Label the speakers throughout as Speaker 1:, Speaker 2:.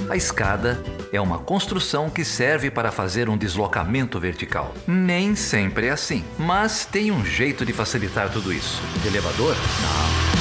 Speaker 1: A escada é uma construção que serve para fazer um deslocamento vertical. Nem sempre é assim, mas tem um jeito de facilitar tudo isso. De elevador? Não.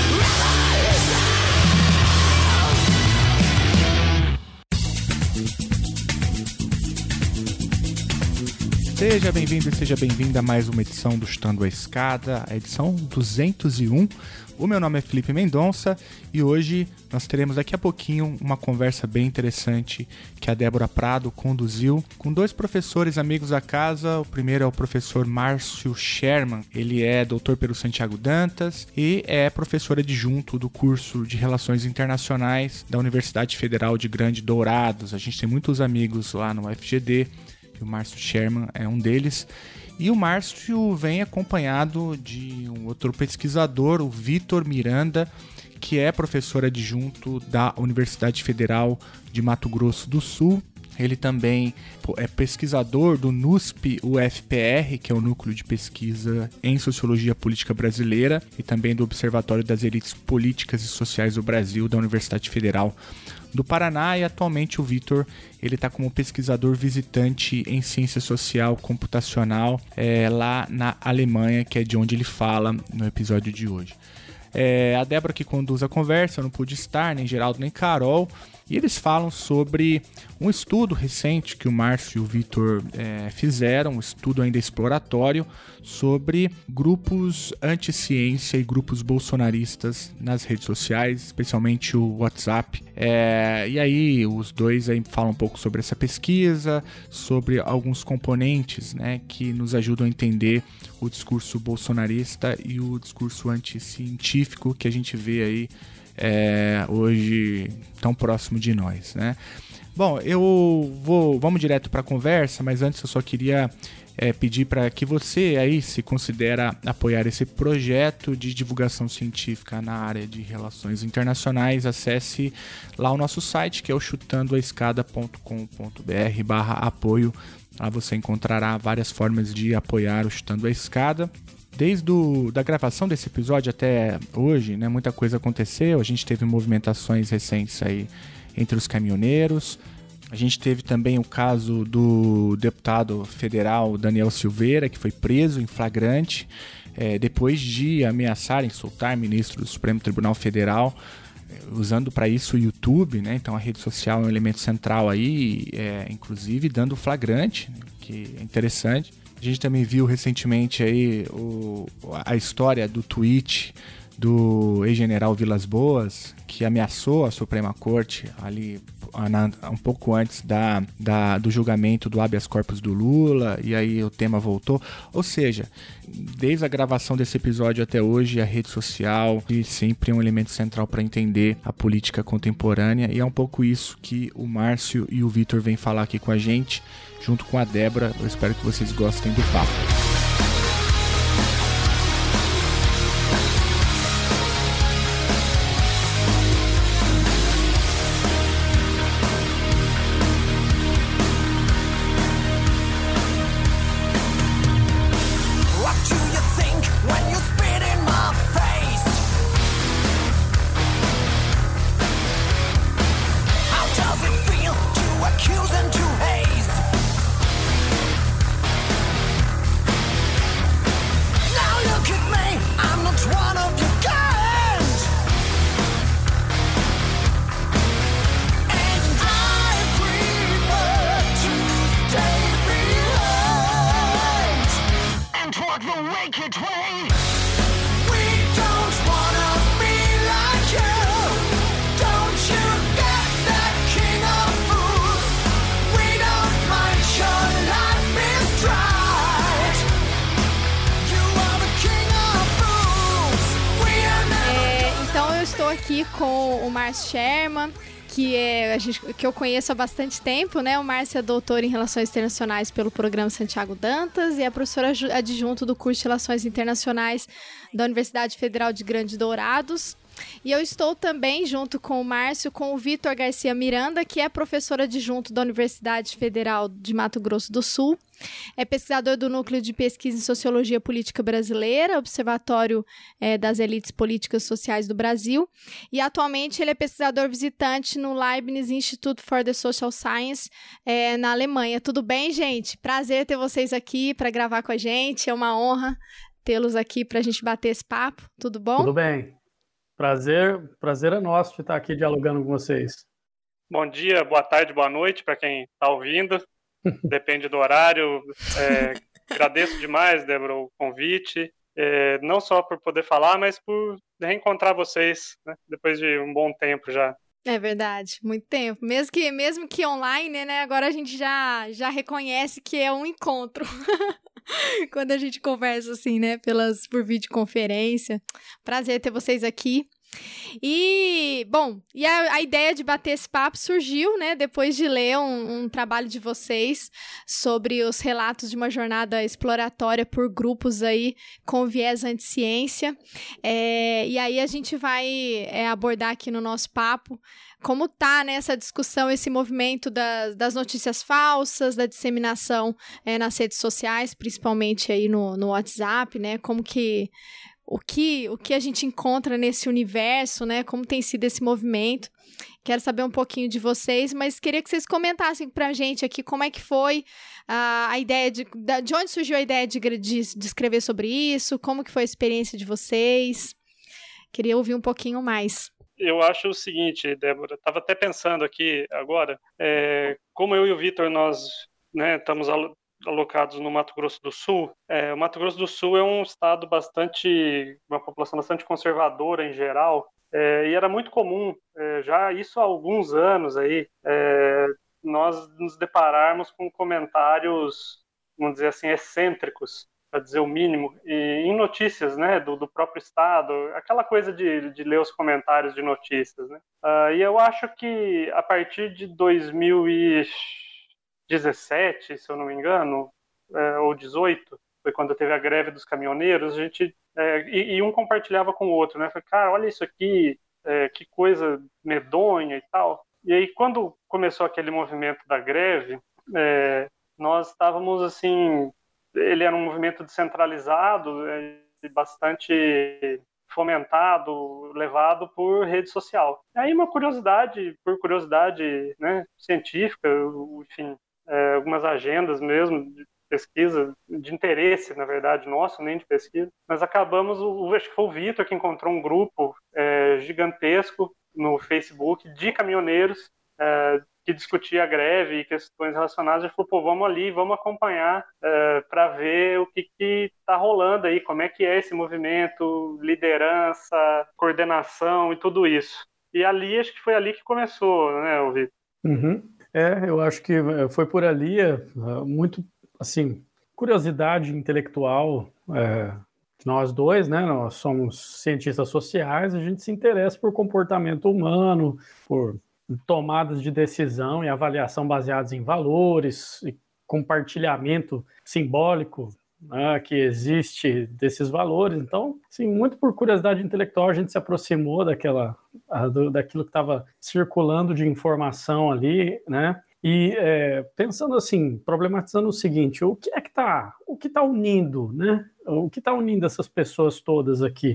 Speaker 2: Seja bem-vindo e seja bem-vinda a mais uma edição do Chutando a Escada, a edição 201. O meu nome é Felipe Mendonça e hoje nós teremos daqui a pouquinho uma conversa bem interessante que a Débora Prado conduziu com dois professores amigos da casa. O primeiro é o professor Márcio Sherman, ele é doutor pelo Santiago Dantas e é professor adjunto do curso de Relações Internacionais da Universidade Federal de Grande Dourados. A gente tem muitos amigos lá no UFGD. O Márcio Sherman é um deles. E o Márcio vem acompanhado de um outro pesquisador, o Vitor Miranda, que é professor adjunto da Universidade Federal de Mato Grosso do Sul. Ele também é pesquisador do NUSP-UFPR, que é o Núcleo de Pesquisa em Sociologia Política Brasileira, e também do Observatório das Elites Políticas e Sociais do Brasil, da Universidade Federal do Paraná. E atualmente o Vitor está como pesquisador visitante em ciência social computacional lá na Alemanha, que é de onde ele fala no episódio de hoje. A Débora que conduz a conversa, eu não pude estar, nem Geraldo nem Carol, e eles falam sobre um estudo recente que o Márcio e o Vitor fizeram, um estudo ainda exploratório, sobre grupos anti-ciência e grupos bolsonaristas nas redes sociais, especialmente o WhatsApp. E aí os dois aí falam um pouco sobre essa pesquisa, sobre alguns componentes, né, que nos ajudam a entender o discurso bolsonarista e o discurso anticientífico que a gente vê aí hoje tão próximo de nós, né? Bom, vamos direto para a conversa, mas antes eu só queria pedir para que você aí, se considera apoiar esse projeto de divulgação científica na área de relações internacionais, acesse lá o nosso site, que é o chutandoaescada.com.br/apoio. Lá você encontrará várias formas de apoiar o Chutando a Escada. Desde da gravação desse episódio até hoje, né, muita coisa aconteceu. A gente teve movimentações recentes aí entre os caminhoneiros. A gente teve também o caso do deputado federal Daniel Silveira, que foi preso em flagrante depois de ameaçarem soltar ministro do Supremo Tribunal Federal, usando para isso o YouTube, né? Então a rede social é um elemento central aí, inclusive dando flagrante, que é interessante. A gente também viu recentemente aí a história do tweet do ex-general Vilas Boas, que ameaçou a Suprema Corte ali um pouco antes do julgamento do habeas corpus do Lula, e aí o tema voltou. Ou seja, desde a gravação desse episódio até hoje, a rede social é sempre um elemento central para entender a política contemporânea, e é um pouco isso que o Márcio e o Vitor vêm falar aqui com a gente, junto com a Débora. Eu espero que vocês gostem do papo.
Speaker 3: Aqui com o Márcio Sherman, que eu conheço há bastante tempo, né? O Márcio é doutor em Relações Internacionais pelo Programa Santiago Dantas e é professor adjunto do curso de Relações Internacionais da Universidade Federal de Grande Dourados. E eu estou também, junto com o Márcio, com o Vitor Garcia Miranda, que é professor adjunto da Universidade Federal de Mato Grosso do Sul. É pesquisador do Núcleo de Pesquisa em Sociologia Política Brasileira, Observatório das Elites Políticas Sociais do Brasil. E atualmente ele é pesquisador visitante no Leibniz Institute for the Social Science, na Alemanha. Tudo bem, gente? Prazer ter vocês aqui para gravar com a gente. É uma honra tê-los aqui para a gente bater esse papo. Tudo bom?
Speaker 4: Tudo bem. Prazer é nosso de estar aqui dialogando com vocês.
Speaker 5: Bom dia, boa tarde, boa noite para quem está ouvindo. Depende do horário. Agradeço demais, Débora, o convite. Não só por poder falar, mas por reencontrar vocês, né, depois de um bom tempo já.
Speaker 3: É verdade, muito tempo. Mesmo que online, né? Agora a gente já reconhece que é um encontro. Quando a gente conversa assim, né? Por videoconferência. Prazer ter vocês aqui. E, bom, a ideia de bater esse papo surgiu, né, depois de ler um trabalho de vocês sobre os relatos de uma jornada exploratória por grupos aí com viés anti-ciência. E aí a gente vai abordar aqui no nosso papo como tá, né, essa discussão, esse movimento das notícias falsas, da disseminação nas redes sociais, principalmente aí no WhatsApp, né, como que o que a gente encontra nesse universo, né? Como tem sido esse movimento. Quero saber um pouquinho de vocês, mas queria que vocês comentassem pra gente aqui como é que foi a ideia de onde surgiu a ideia de escrever sobre isso, como que foi a experiência de vocês. Queria ouvir um pouquinho mais.
Speaker 5: Eu acho o seguinte, Débora, estava até pensando aqui agora, como eu e o Vitor, nós, né, estamos alocados no Mato Grosso do Sul. O Mato Grosso do Sul é um estado uma população bastante conservadora em geral, e era muito comum, já isso há alguns anos aí, nós nos depararmos com comentários, vamos dizer assim, excêntricos, para dizer o mínimo, e em notícias, né, do próprio estado, aquela coisa de ler os comentários de notícias, né? E eu acho que a partir de 2017, se eu não me engano, ou 18, foi quando teve a greve dos caminhoneiros, a gente e um compartilhava com o outro, né? Falei, cara, olha isso aqui, que coisa medonha e tal. E aí, quando começou aquele movimento da greve, nós estávamos assim, ele era um movimento descentralizado e bastante fomentado, levado por rede social. Aí uma curiosidade, né, científica, enfim, algumas agendas mesmo de pesquisa, de interesse, na verdade, nosso, nem de pesquisa. Nós acabamos, acho que foi o Vitor que encontrou um grupo gigantesco no Facebook de caminhoneiros que discutia a greve e questões relacionadas. Ele falou, pô, vamos ali, vamos acompanhar para ver o que está rolando aí, como é que é esse movimento, liderança, coordenação e tudo isso. E ali, acho que foi ali que começou, né, Vitor?
Speaker 4: Uhum. Eu acho que foi por ali, muito, assim, curiosidade intelectual. Nós dois, né, nós somos cientistas sociais, a gente se interessa por comportamento humano, por tomadas de decisão e avaliação baseadas em valores, e compartilhamento simbólico, né, que existe desses valores. Então, assim, muito por curiosidade intelectual, a gente se aproximou daquilo que estava circulando de informação ali, né? E pensando assim, problematizando o seguinte, o que está unindo, né? O que está unindo essas pessoas todas aqui?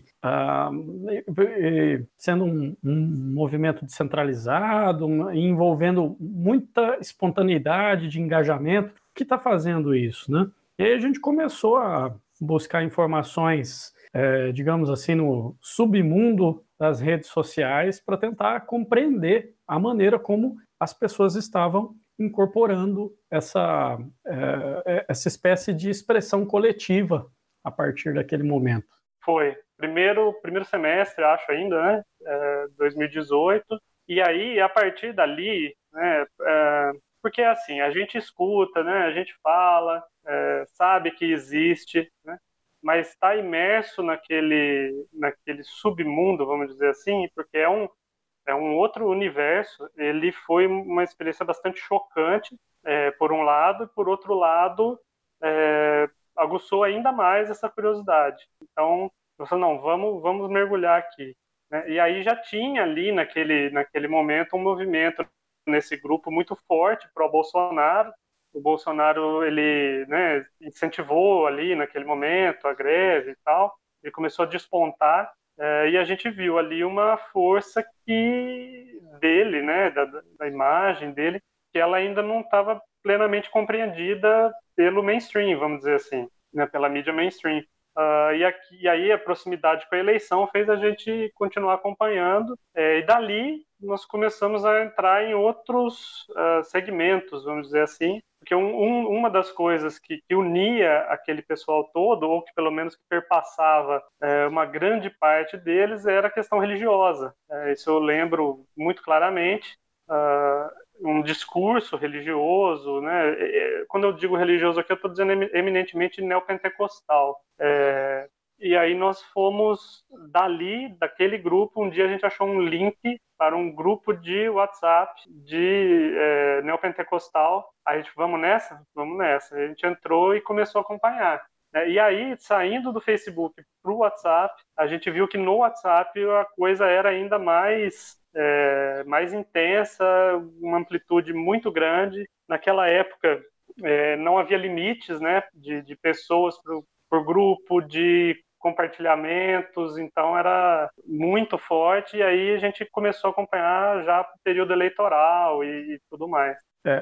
Speaker 4: Sendo um movimento descentralizado, envolvendo muita espontaneidade de engajamento, o que está fazendo isso, né? E aí a gente começou a buscar informações, digamos assim, no submundo das redes sociais para tentar compreender a maneira como as pessoas estavam incorporando essa espécie de expressão coletiva a partir daquele momento.
Speaker 5: Foi. Primeiro semestre, acho ainda, né? 2018. E aí, a partir dali, né? Porque assim, a gente escuta, né? A gente fala, sabe que existe, né? Mas está imerso naquele submundo, vamos dizer assim, porque é um outro universo. Ele foi uma experiência bastante chocante, por um lado, e por outro lado, aguçou ainda mais essa curiosidade. Então, eu falei, não, vamos mergulhar aqui. né? E aí já tinha ali naquele momento um movimento nesse grupo muito forte pro Bolsonaro. O Bolsonaro, ele, né, incentivou ali naquele momento a greve e tal, ele começou a despontar, e a gente viu ali uma força dele, né, da imagem dele, que ela ainda não estava plenamente compreendida pelo mainstream, vamos dizer assim, né, pela mídia mainstream. E aí a proximidade com a eleição fez a gente continuar acompanhando, e dali nós começamos a entrar em outros segmentos, vamos dizer assim, porque uma das coisas que unia aquele pessoal todo, ou que pelo menos que perpassava uma grande parte deles, era a questão religiosa. Isso eu lembro muito claramente. Um discurso religioso, né? Quando eu digo religioso aqui, eu estou dizendo eminentemente neopentecostal. E aí nós fomos daquele grupo, um dia a gente achou um link para um grupo de WhatsApp de neopentecostal. Aí a gente, vamos nessa? Vamos nessa. A gente entrou e começou a acompanhar. E aí, saindo do Facebook para o WhatsApp, a gente viu que no WhatsApp a coisa era ainda mais intensa, uma amplitude muito grande. Naquela época, não havia limites, né, de pessoas por grupo, de compartilhamentos, então era muito forte, e aí a gente começou a acompanhar já o período eleitoral e tudo mais.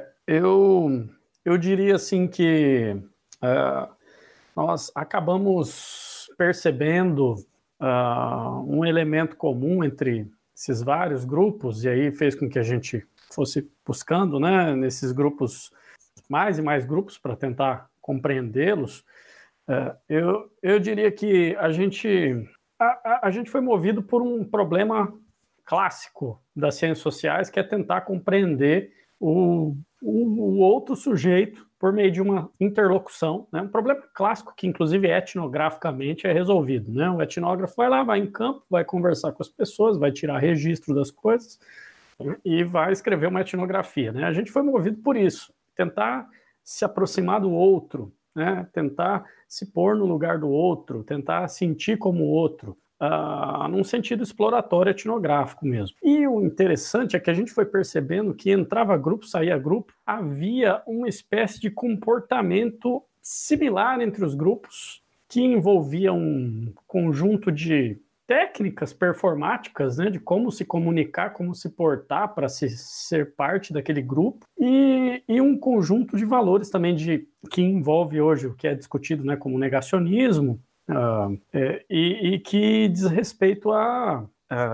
Speaker 4: Eu diria assim que nós acabamos percebendo um elemento comum entre esses vários grupos, e aí fez com que a gente fosse buscando, né, nesses grupos, mais e mais grupos para tentar compreendê-los. Eu diria que a gente foi movido por um problema clássico das ciências sociais, que é tentar compreender o outro sujeito por meio de uma interlocução, né? Um problema clássico que, inclusive, etnograficamente é resolvido, né? O etnógrafo vai lá, vai em campo, vai conversar com as pessoas, vai tirar registro das coisas e vai escrever uma etnografia, né? A gente foi movido por isso, tentar se aproximar do outro, né? Tentar se pôr no lugar do outro, tentar sentir como o outro, num sentido exploratório etnográfico mesmo. E o interessante é que a gente foi percebendo que entrava grupo, saía grupo, havia uma espécie de comportamento similar entre os grupos, que envolvia um conjunto de técnicas performáticas, né, de como se comunicar, como se portar para ser parte daquele grupo, e um conjunto de valores também que envolve hoje o que é discutido, né, como negacionismo, e que diz respeito a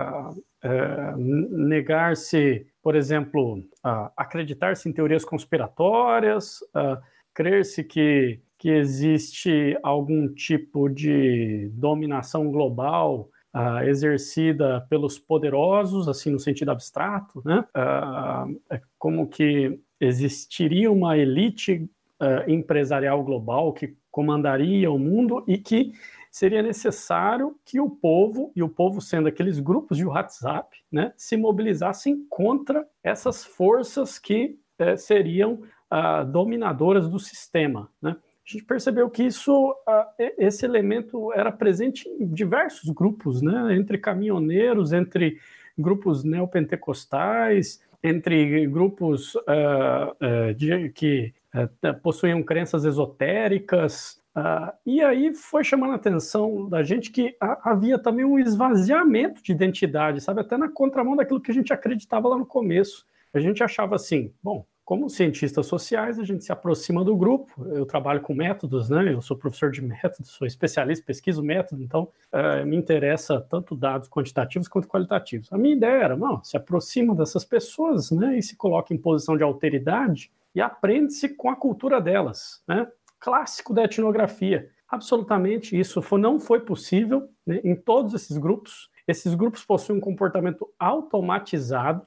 Speaker 4: negar-se, por exemplo, acreditar-se em teorias conspiratórias, crer-se que existe algum tipo de dominação global exercida pelos poderosos, assim, no sentido abstrato, né? Como que existiria uma elite empresarial global que comandaria o mundo e que seria necessário que o povo, e o povo sendo aqueles grupos de WhatsApp, né, se mobilizassem contra essas forças que seriam dominadoras do sistema, né? A gente percebeu que esse elemento era presente em diversos grupos, né? Entre caminhoneiros, entre grupos neopentecostais, entre grupos que possuíam crenças esotéricas. E aí foi chamando a atenção da gente que havia também um esvaziamento de identidade, sabe? Até na contramão daquilo que a gente acreditava lá no começo. A gente achava assim, bom, como cientistas sociais, a gente se aproxima do grupo. Eu trabalho com métodos, né? Eu sou professor de métodos, sou especialista, pesquiso método, então me interessa tanto dados quantitativos quanto qualitativos. A minha ideia era, não, se aproxima dessas pessoas, né? E se coloca em posição de alteridade e aprende-se com a cultura delas, né? Clássico da etnografia. Absolutamente isso não foi possível, né, em todos esses grupos. Esses grupos possuem um comportamento automatizado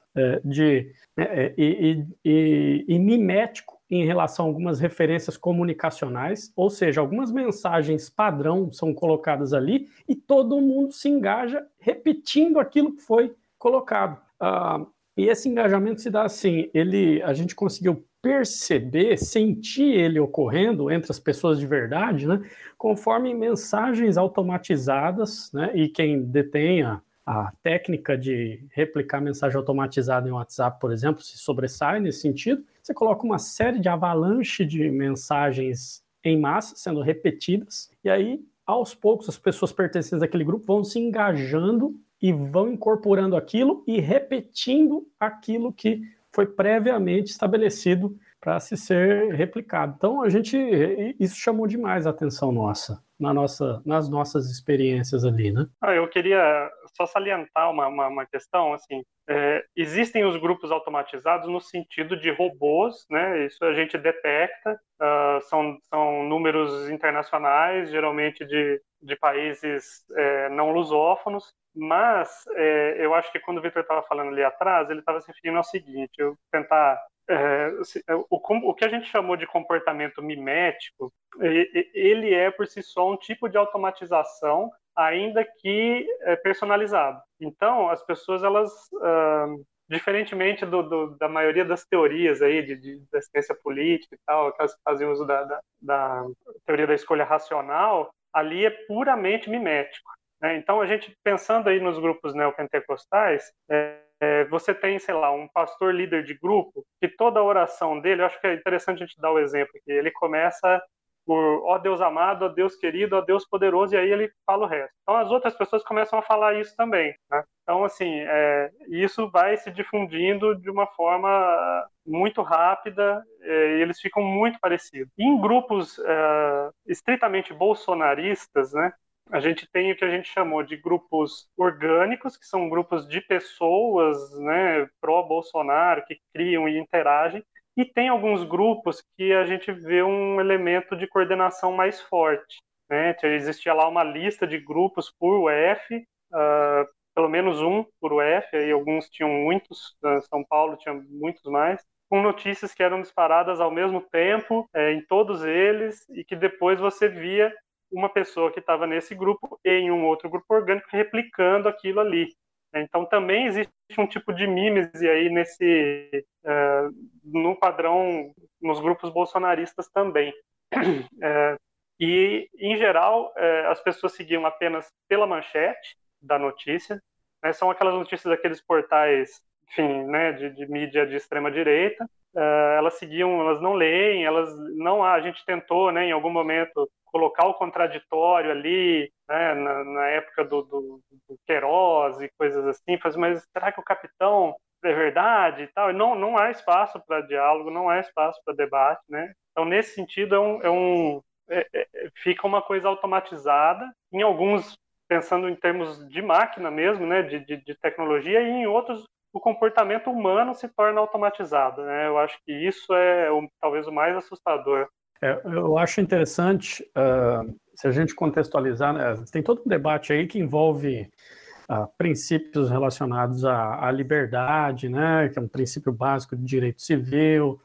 Speaker 4: e mimético em relação a algumas referências comunicacionais, ou seja, algumas mensagens padrão são colocadas ali e todo mundo se engaja repetindo aquilo que foi colocado. E esse engajamento se dá assim, a gente conseguiu perceber, sentir ele ocorrendo entre as pessoas de verdade, né, conforme mensagens automatizadas, né, e quem detém A técnica de replicar mensagem automatizada em WhatsApp, por exemplo, se sobressai nesse sentido. Você coloca uma série de avalanche de mensagens em massa sendo repetidas, e aí, aos poucos, as pessoas pertencentes àquele grupo vão se engajando e vão incorporando aquilo e repetindo aquilo que foi previamente estabelecido para se ser replicado. Então, isso chamou demais a atenção nas nossas experiências ali, né?
Speaker 5: Eu queria só salientar uma questão, assim, existem os grupos automatizados no sentido de robôs, né? Isso a gente detecta, são números internacionais, geralmente de países não lusófonos, mas eu acho que quando o Victor estava falando ali atrás, ele estava se referindo ao seguinte, eu tentar... o que a gente chamou de comportamento mimético, ele é por si só um tipo de automatização, ainda que personalizado. Então, as pessoas, elas, diferentemente da maioria das teorias aí da ciência política e tal, aquelas que fazem uso da teoria da escolha racional, ali é puramente mimético, né? Então, a gente pensando aí nos grupos neopentecostais, você tem, sei lá, um pastor líder de grupo, que toda a oração dele, eu acho que é interessante a gente dar o exemplo aqui, ele começa por ó Deus amado, ó Deus querido, ó Deus poderoso, e aí ele fala o resto. Então as outras pessoas começam a falar isso também, né? Então, assim, isso vai se difundindo de uma forma muito rápida, e eles ficam muito parecidos. Em grupos estritamente bolsonaristas, né, a gente tem o que a gente chamou de grupos orgânicos, que são grupos de pessoas, né, pró-Bolsonaro, que criam e interagem, e tem alguns grupos que a gente vê um elemento de coordenação mais forte, né? Existia lá uma lista de grupos por UF, pelo menos um por UF, e alguns tinham muitos, São Paulo tinha muitos mais, com notícias que eram disparadas ao mesmo tempo, em todos eles, e que depois você via uma pessoa que estava nesse grupo em um outro grupo orgânico replicando aquilo ali. Então também existe um tipo de mímese aí no padrão, nos grupos bolsonaristas também. E, em geral, as pessoas seguiam apenas pela manchete da notícia, né? São aquelas notícias daqueles portais, enfim, né, de mídia de extrema-direita. Elas seguiam, elas não leem, a gente tentou, né, em algum momento, colocar o contraditório ali, né, na época do Queiroz e coisas assim, mas será que o capitão é verdade e tal? E não há espaço para diálogo, não há espaço para debate, né? Então, nesse sentido, fica uma coisa automatizada, em alguns pensando em termos de máquina mesmo, né, de tecnologia, e em outros o comportamento humano se torna automatizado, né? Eu acho que isso é talvez o mais assustador.
Speaker 4: Eu acho interessante, se a gente contextualizar, né, tem todo um debate aí que envolve princípios relacionados à liberdade, né, que é um princípio básico de direito civil,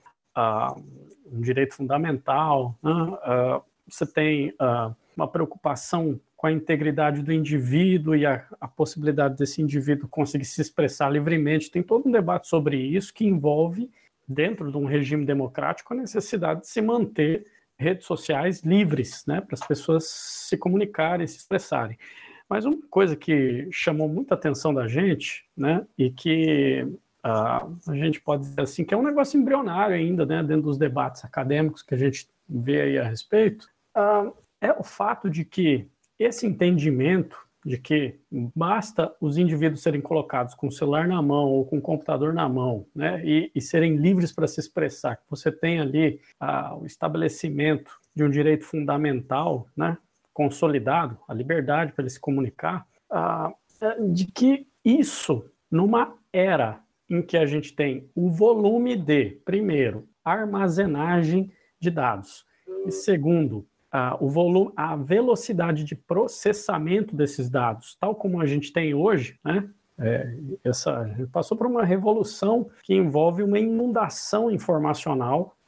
Speaker 4: um direito fundamental, né? Você tem uma preocupação com a integridade do indivíduo e a possibilidade desse indivíduo conseguir se expressar livremente. Tem todo um debate sobre isso que envolve, dentro de um regime democrático, a necessidade de se manter redes sociais livres, né, para as pessoas se comunicarem, se expressarem. Mas uma coisa que chamou muita atenção da gente, né, e que a gente pode dizer assim, que é um negócio embrionário ainda, né, dentro dos debates acadêmicos que a gente vê aí a respeito, é o fato de que esse entendimento de que basta os indivíduos serem colocados com o celular na mão ou com o computador na mão, né, e serem livres para se expressar, que você tem ali o estabelecimento de um direito fundamental, né, consolidado, a liberdade para ele se comunicar, de que isso, numa era em que a gente tem o volume de, primeiro, armazenagem de dados, e segundo, a velocidade de processamento desses dados, tal como a gente tem hoje, né? A gente passou por uma revolução que envolve uma inundação informacional,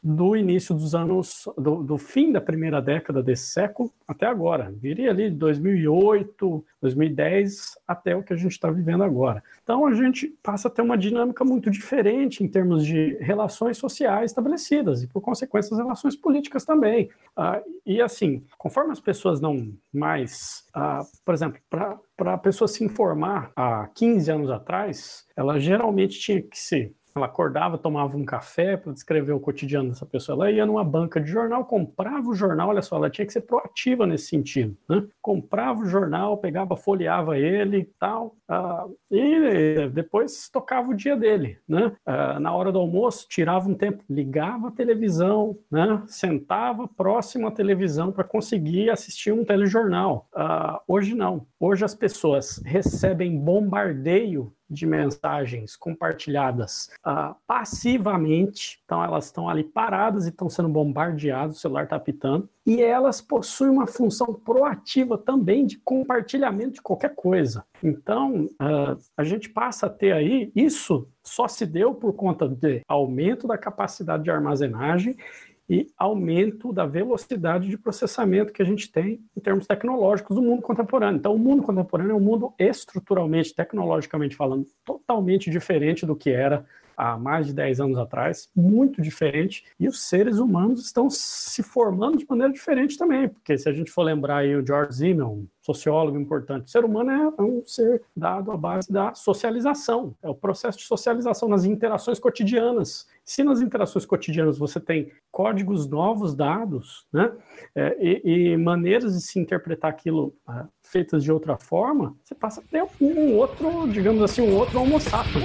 Speaker 4: do início dos anos, do fim da primeira década desse século até agora. Diria ali de 2008, 2010 até o que a gente está vivendo agora. Então a gente passa a ter uma dinâmica muito diferente em termos de relações sociais estabelecidas e, por consequência, as relações políticas também. E assim, conforme as pessoas não mais... por exemplo, para a pessoa se informar há 15 anos atrás, ela geralmente tinha que ser... Ela acordava, tomava um café para descrever o cotidiano dessa pessoa. Ela ia numa banca de jornal, comprava o jornal, olha só, ela tinha que ser proativa nesse sentido, né? Comprava o jornal, pegava, folheava ele e tal, e depois tocava o dia dele, né? Na hora do almoço, tirava um tempo, ligava a televisão, né? Sentava próximo à televisão para conseguir assistir um telejornal. Hoje não. Hoje as pessoas recebem bombardeio de mensagens compartilhadas passivamente. Então elas estão ali paradas e estão sendo bombardeadas, o celular está apitando, e elas possuem uma função proativa também de compartilhamento de qualquer coisa. Então a gente passa a ter aí, isso só se deu por conta de aumento da capacidade de armazenagem e aumento da velocidade de processamento que a gente tem em termos tecnológicos do mundo contemporâneo. Então, o mundo contemporâneo é um mundo estruturalmente, tecnologicamente falando, totalmente diferente do que era há mais de 10 anos atrás, muito diferente, e os seres humanos estão se formando de maneira diferente também, porque se a gente for lembrar aí o George Simmel, um sociólogo importante, o ser humano é um ser dado à base da socialização, é o processo de socialização nas interações cotidianas. Se nas interações cotidianas você tem códigos novos dados, né, e maneiras de se interpretar aquilo feitas de outra forma, você passa a ter um outro, digamos assim, um outro homo sapiens.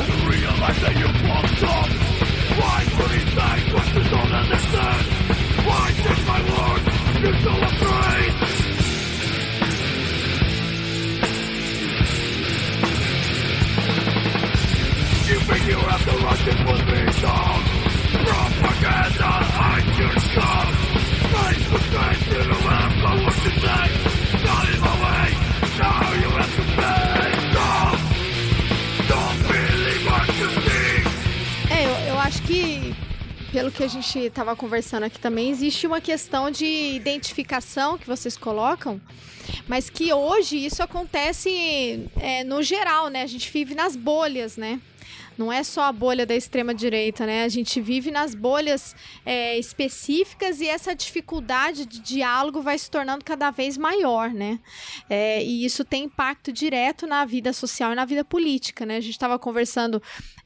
Speaker 3: Eu acho que, pelo que a gente estava conversando aqui também, existe uma questão de identificação que vocês colocam, mas que hoje isso acontece no geral, né? A gente vive nas bolhas, né? Não é só a bolha da extrema-direita, né? A gente vive nas bolhas específicas e essa dificuldade de diálogo vai se tornando cada vez maior, né? E isso tem impacto direto na vida social e na vida política, né? A gente estava conversando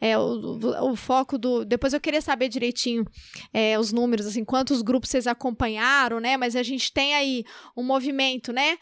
Speaker 3: o foco do... Depois eu queria saber direitinho os números, assim, quantos grupos vocês acompanharam, né? Mas a gente tem aí um movimento, né?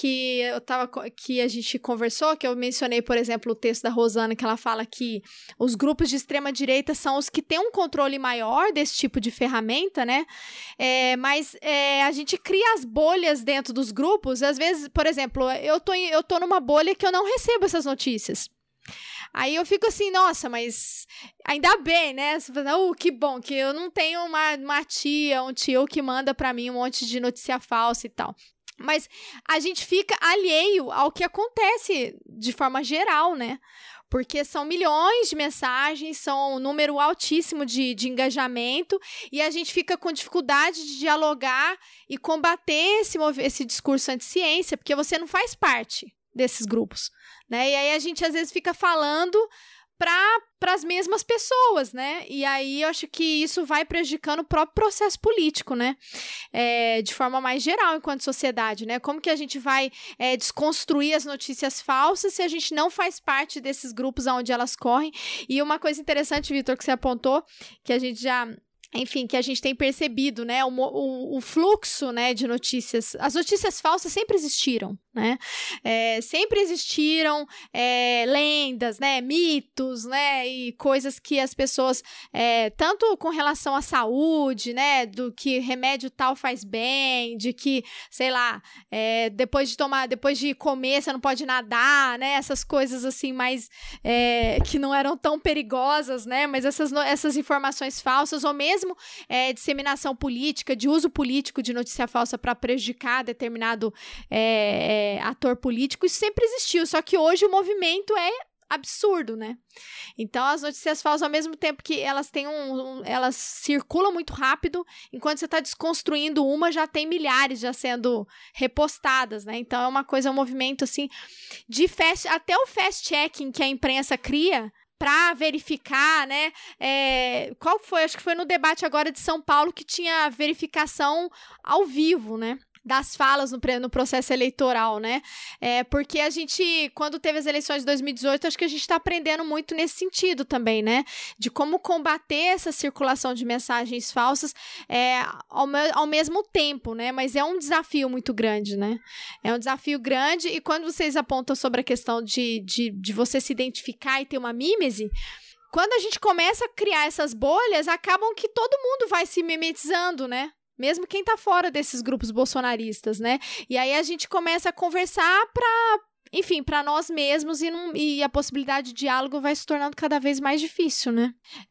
Speaker 3: Que a gente conversou, que eu mencionei, por exemplo, o texto da Rosana, que ela fala que os grupos de extrema-direita são os que têm um controle maior desse tipo de ferramenta, né? Mas a gente cria as bolhas dentro dos grupos. Às vezes, por exemplo, eu tô numa bolha que eu não recebo essas notícias. Aí eu fico assim, nossa, mas ainda bem, né? Você fala, que bom que eu não tenho uma tia, um tio que manda pra mim um monte de notícia falsa e tal. Mas a gente fica alheio ao que acontece de forma geral, né? Porque são milhões de mensagens, são um número altíssimo de engajamento, e a gente fica com dificuldade de dialogar e combater esse discurso anti-ciência, porque você não faz parte desses grupos, né? E aí a gente às vezes fica falando para as mesmas pessoas, né? E aí eu acho que isso vai prejudicando o próprio processo político, né? De forma mais geral, enquanto sociedade, né? Como que a gente vai desconstruir as notícias falsas se a gente não faz parte desses grupos onde elas correm? E uma coisa interessante, Vitor, que você apontou, que a gente já... Enfim, que a gente tem percebido, né, o fluxo, né, de notícias. As notícias falsas sempre existiram, né? Sempre existiram lendas, né, mitos, né, e coisas que as pessoas, tanto com relação à saúde, né, do que remédio tal faz bem, de que, sei lá, depois de comer você não pode nadar, né, essas coisas assim mais que não eram tão perigosas, né, mas essas informações falsas, ou mesmo disseminação política, de uso político de notícia falsa para prejudicar determinado ator político, isso sempre existiu, só que hoje o movimento é absurdo, né? Então, as notícias falsas, ao mesmo tempo que elas têm elas circulam muito rápido, enquanto você está desconstruindo uma, já tem milhares já sendo repostadas, né? Então, é uma coisa, um movimento, assim, de até o fast-checking que a imprensa cria para verificar, né? Qual foi? Acho que foi no debate agora de São Paulo que tinha verificação ao vivo, né? Das falas no processo eleitoral, né? Porque a gente, quando teve as eleições de 2018, acho que a gente está aprendendo muito nesse sentido também, né? De como combater essa circulação de mensagens falsas ao mesmo tempo, né? Mas é um desafio muito grande, né? É um desafio grande, e quando vocês apontam sobre a questão de você se identificar e ter uma mímese, quando a gente começa a criar essas bolhas, acabam que todo mundo vai se mimetizando, né? Mesmo quem tá fora desses grupos bolsonaristas, né? E aí a gente começa a conversar para nós mesmos, e a possibilidade de diálogo vai se tornando cada vez mais difícil, né?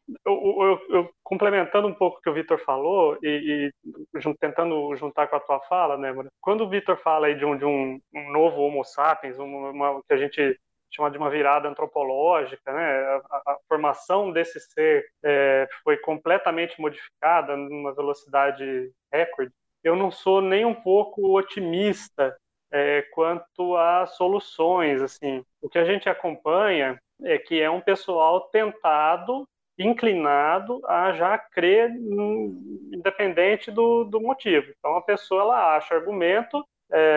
Speaker 5: Eu complementando um pouco o que o Vitor falou e tentando juntar com a tua fala, né, mano? Quando o Vitor fala aí de um novo Homo sapiens, que a gente chama de uma virada antropológica, né? A formação desse ser foi completamente modificada numa velocidade recorde. Eu não sou nem um pouco otimista quanto a soluções, assim. O que a gente acompanha é que é um pessoal tentado, inclinado a já crer, independente do motivo. Então a pessoa ela acha argumento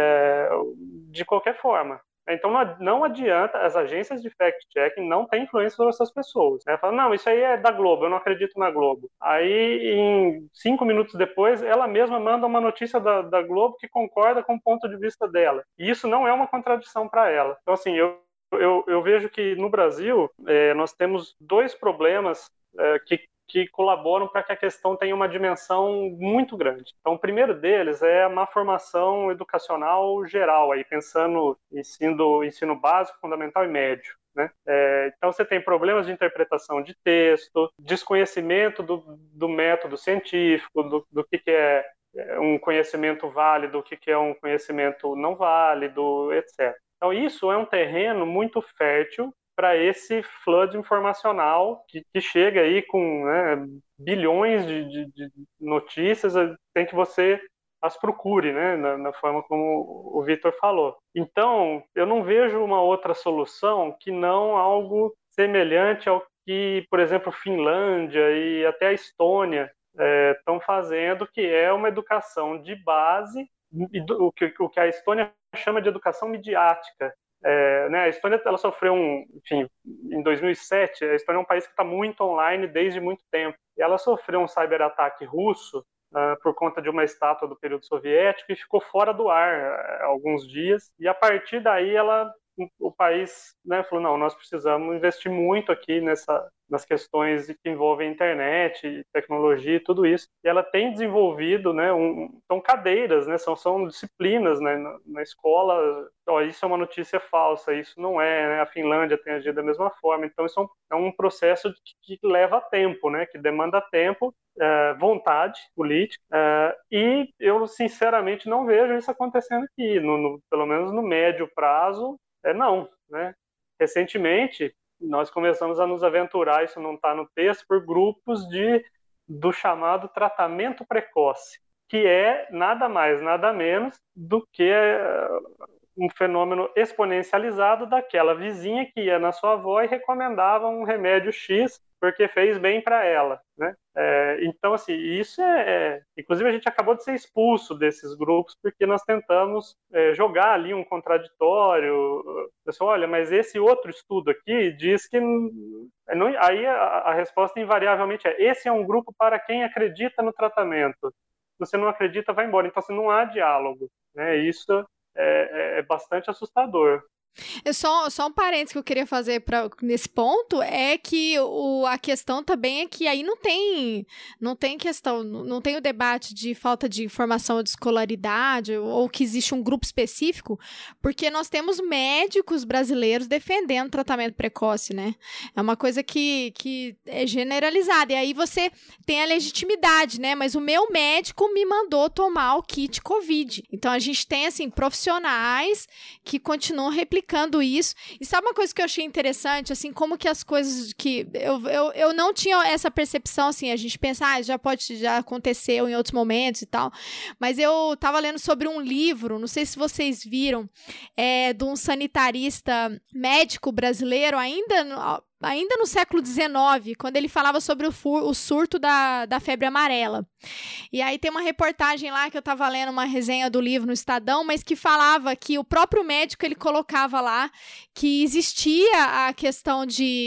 Speaker 5: de qualquer forma. Então não adianta, as agências de fact-checking não têm influência sobre essas pessoas, né? Fala, não, isso aí é da Globo, eu não acredito na Globo. Aí, em 5 minutos depois, ela mesma manda uma notícia da Globo que concorda com o ponto de vista dela. E isso não é uma contradição para ela. Então, assim, eu vejo que no Brasil nós temos 2 problemas que colaboram para que a questão tenha uma dimensão muito grande. Então, o primeiro deles é a má formação educacional geral, aí, pensando em ensino básico, fundamental e médio, né? Então, você tem problemas de interpretação de texto, desconhecimento do método científico, do que é um conhecimento válido, o que é um conhecimento não válido, etc. Então, isso é um terreno muito fértil para esse flood informacional que chega aí com, né, bilhões de notícias, tem que você as procure, né, na forma como o Vitor falou. Então, eu não vejo uma outra solução que não algo semelhante ao que, por exemplo, Finlândia e até a Estônia estão fazendo, que é uma educação de base, o que a Estônia chama de educação midiática. Né, a Estônia ela sofreu em 2007, a Estônia é um país que está muito online desde muito tempo, e ela sofreu um cyberataque russo por conta de uma estátua do período soviético e ficou fora do ar alguns dias, e a partir daí o país, né, falou, não, nós precisamos investir muito aqui nas questões que envolvem internet, tecnologia e tudo isso. E ela tem desenvolvido, né, são cadeiras, né, são disciplinas, né, na escola. Isso é uma notícia falsa, isso não é, né, a Finlândia tem agido da mesma forma. Então isso é um processo que leva tempo, né, que demanda tempo, vontade política, e eu sinceramente não vejo isso acontecendo aqui, pelo menos no médio prazo. Não, né? Recentemente, nós começamos a nos aventurar, isso não está no texto, por grupos do chamado tratamento precoce, que é nada mais, nada menos do que um fenômeno exponencializado daquela vizinha que ia na sua avó e recomendava um remédio X porque fez bem para ela, né? Então, assim, isso inclusive, a gente acabou de ser expulso desses grupos porque nós tentamos jogar ali um contraditório. Pessoal, olha, mas esse outro estudo aqui diz que... Aí a resposta invariavelmente esse é um grupo para quem acredita no tratamento. Se você não acredita, vai embora. Então, assim, não há diálogo, né? Isso é bastante assustador.
Speaker 3: Só um parênteses que eu queria fazer nesse ponto é que a questão também é que aí não tem questão, não tem o debate de falta de informação ou de escolaridade ou que existe um grupo específico, porque nós temos médicos brasileiros defendendo tratamento precoce, né? É uma coisa que é generalizada, e aí você tem a legitimidade, né? Mas o meu médico me mandou tomar o kit COVID. Então a gente tem, assim, profissionais que continuam replicando explicando isso. E sabe uma coisa que eu achei interessante, assim, como que as coisas que... Eu não tinha essa percepção, assim, a gente pensa, já aconteceu em outros momentos e tal, mas eu tava lendo sobre um livro, não sei se vocês viram, de um sanitarista médico brasileiro, ainda no século XIX, quando ele falava sobre o surto da febre amarela. E aí tem uma reportagem lá que eu estava lendo uma resenha do livro no Estadão, mas que falava que o próprio médico, ele colocava lá que existia a questão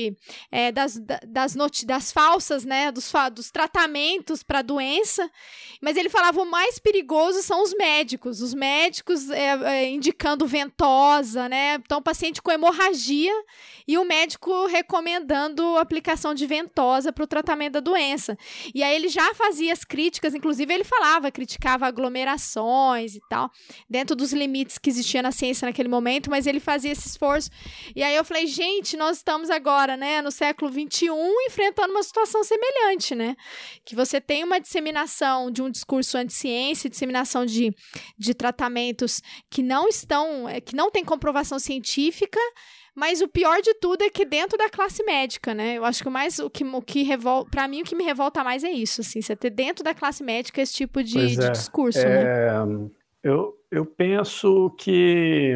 Speaker 3: das falsas, né, dos tratamentos para a doença, mas ele falava o mais perigoso são os médicos indicando ventosa, né, então o paciente com hemorragia e o médico recomendando a aplicação de ventosa para o tratamento da doença. E aí ele já fazia as críticas, inclusive ele criticava aglomerações e tal, dentro dos limites que existia na ciência naquele momento, mas ele fazia esse esforço. E aí eu falei, gente, nós estamos agora, né, no século XXI, enfrentando uma situação semelhante, né? Que você tem uma disseminação de um discurso anti-ciência, disseminação de tratamentos que não tem comprovação científica, mas o pior de tudo é que dentro da classe médica, né? Eu acho que para mim o que me revolta mais é isso, assim, você ter dentro da classe médica esse tipo de discurso, né?
Speaker 4: Eu penso que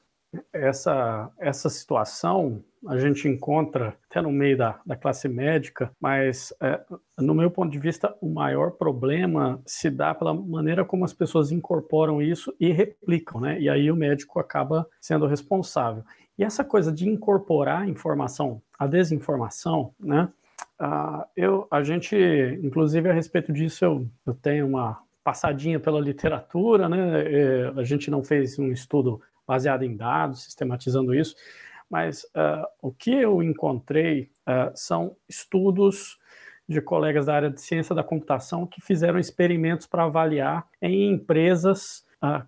Speaker 4: essa situação a gente encontra até no meio da classe médica, mas no meu ponto de vista o maior problema se dá pela maneira como as pessoas incorporam isso e replicam, né? E aí o médico acaba sendo responsável. E essa coisa de incorporar a desinformação, né? A gente, inclusive a respeito disso, eu tenho uma passadinha pela literatura, né? A gente não fez um estudo baseado em dados, sistematizando isso, mas o que eu encontrei são estudos de colegas da área de ciência da computação que fizeram experimentos para avaliar em empresas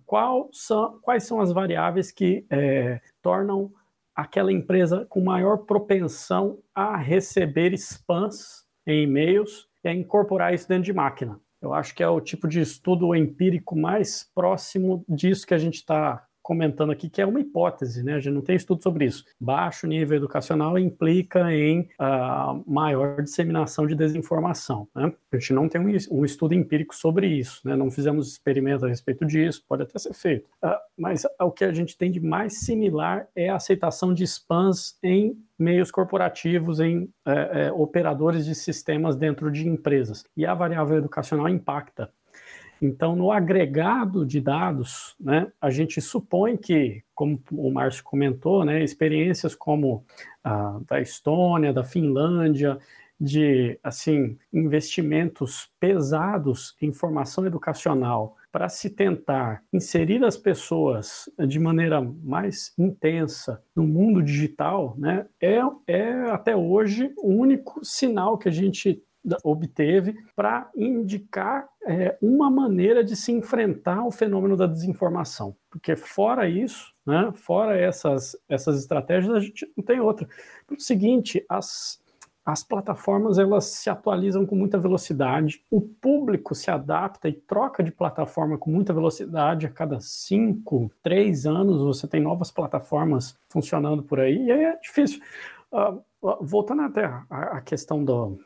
Speaker 4: quais são as variáveis que tornam aquela empresa com maior propensão a receber spams em e-mails e a incorporar isso dentro de máquina. Eu acho que é o tipo de estudo empírico mais próximo disso que a gente está comentando aqui, que é uma hipótese, né? A gente não tem estudo sobre isso. Baixo nível educacional implica em maior disseminação de desinformação, né? A gente não tem um estudo empírico sobre isso, né? Não fizemos experimentos a respeito disso, pode até ser feito. Mas o que a gente tem de mais similar é a aceitação de spams em meios corporativos, em operadores de sistemas dentro de empresas. E a variável educacional impacta. Então, no agregado de dados, né, a gente supõe que, como o Márcio comentou, né, experiências como da Estônia, da Finlândia, de investimentos pesados em formação educacional para se tentar inserir as pessoas de maneira mais intensa no mundo digital, né, é até hoje o único sinal que a gente obteve para indicar uma maneira de se enfrentar o fenômeno da desinformação. Porque fora isso, né, fora essas estratégias, a gente não tem outra. Pelo seguinte, as plataformas elas se atualizam com muita velocidade, o público se adapta e troca de plataforma com muita velocidade. A cada 5, 3 anos você tem novas plataformas funcionando por aí, e aí é difícil. Voltando até a questão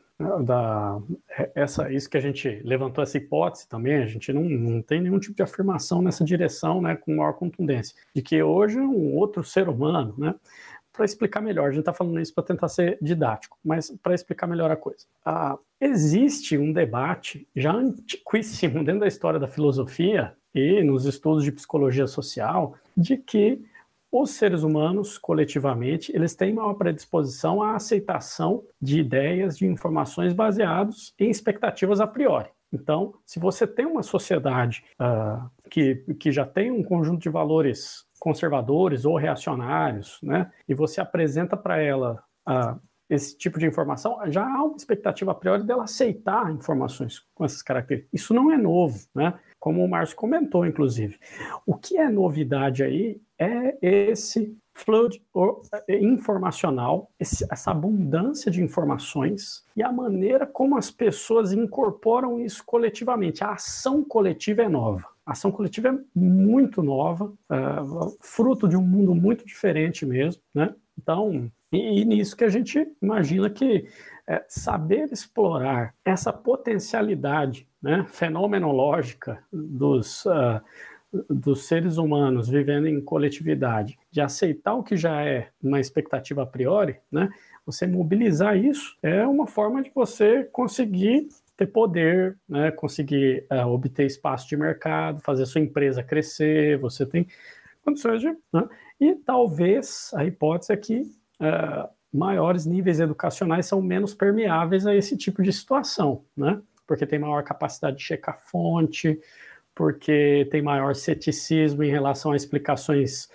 Speaker 4: isso que a gente levantou, essa hipótese também, a gente não tem nenhum tipo de afirmação nessa direção, né, com maior contundência, de que hoje é um outro ser humano, né? Para explicar melhor, a gente está falando isso para tentar ser didático, mas para explicar melhor a coisa. Existe um debate já antiquíssimo dentro da história da filosofia e nos estudos de psicologia social, de que os seres humanos, coletivamente, eles têm maior predisposição à aceitação de ideias, de informações baseadas em expectativas a priori. Então, se você tem uma sociedade que já tem um conjunto de valores conservadores ou reacionários, né, e você apresenta para ela esse tipo de informação, já há uma expectativa a priori dela aceitar informações com essas características. Isso não é novo, né? Como o Márcio comentou, inclusive. O que é novidade aí é esse flood informacional, essa abundância de informações e a maneira como as pessoas incorporam isso coletivamente. A ação coletiva é nova. ação coletiva é muito nova, fruto de um mundo muito diferente mesmo, né? Então, e nisso que a gente imagina que saber explorar essa potencialidade, né, fenomenológica dos seres humanos vivendo em coletividade, de aceitar o que já é uma expectativa a priori, né, você mobilizar isso é uma forma de você conseguir ter poder, né, conseguir obter espaço de mercado, fazer sua empresa crescer, você tem condições de... Né, e talvez a hipótese é que maiores níveis educacionais são menos permeáveis a esse tipo de situação, né, porque tem maior capacidade de checar fonte, porque tem maior ceticismo em relação a explicações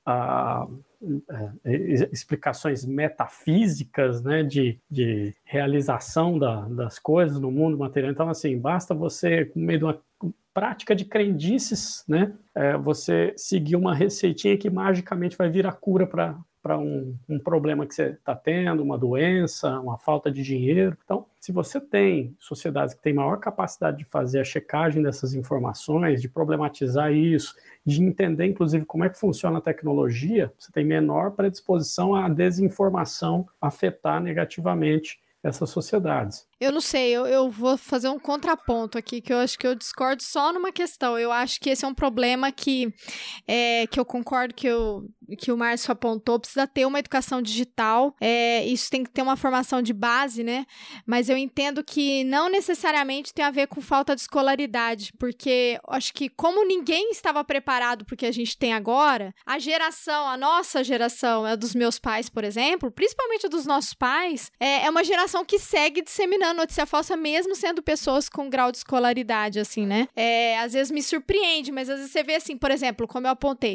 Speaker 4: metafísicas, né, de realização das coisas no mundo material. Então, assim, basta você, com meio de uma prática de crendices, né, você seguir uma receitinha que magicamente vai vir a cura para um problema que você está tendo, uma doença, uma falta de dinheiro. Então, se você tem sociedades que têm maior capacidade de fazer a checagem dessas informações, de problematizar isso, de entender, inclusive, como é que funciona a tecnologia, você tem menor predisposição à desinformação afetar negativamente essas sociedades.
Speaker 3: Eu não sei, eu vou fazer um contraponto aqui, que eu acho que eu discordo só numa questão. Eu acho que esse é um problema que eu concordo que o Márcio apontou, precisa ter uma educação digital, isso tem que ter uma formação de base, né? Mas eu entendo que não necessariamente tem a ver com falta de escolaridade, porque acho que como ninguém estava preparado para o que a gente tem agora, a nossa geração, a dos meus pais, por exemplo, principalmente a dos nossos pais, é uma geração que segue disseminando notícia falsa, mesmo sendo pessoas com grau de escolaridade, assim, né? Às vezes me surpreende, mas às vezes você vê, assim, por exemplo, como eu apontei,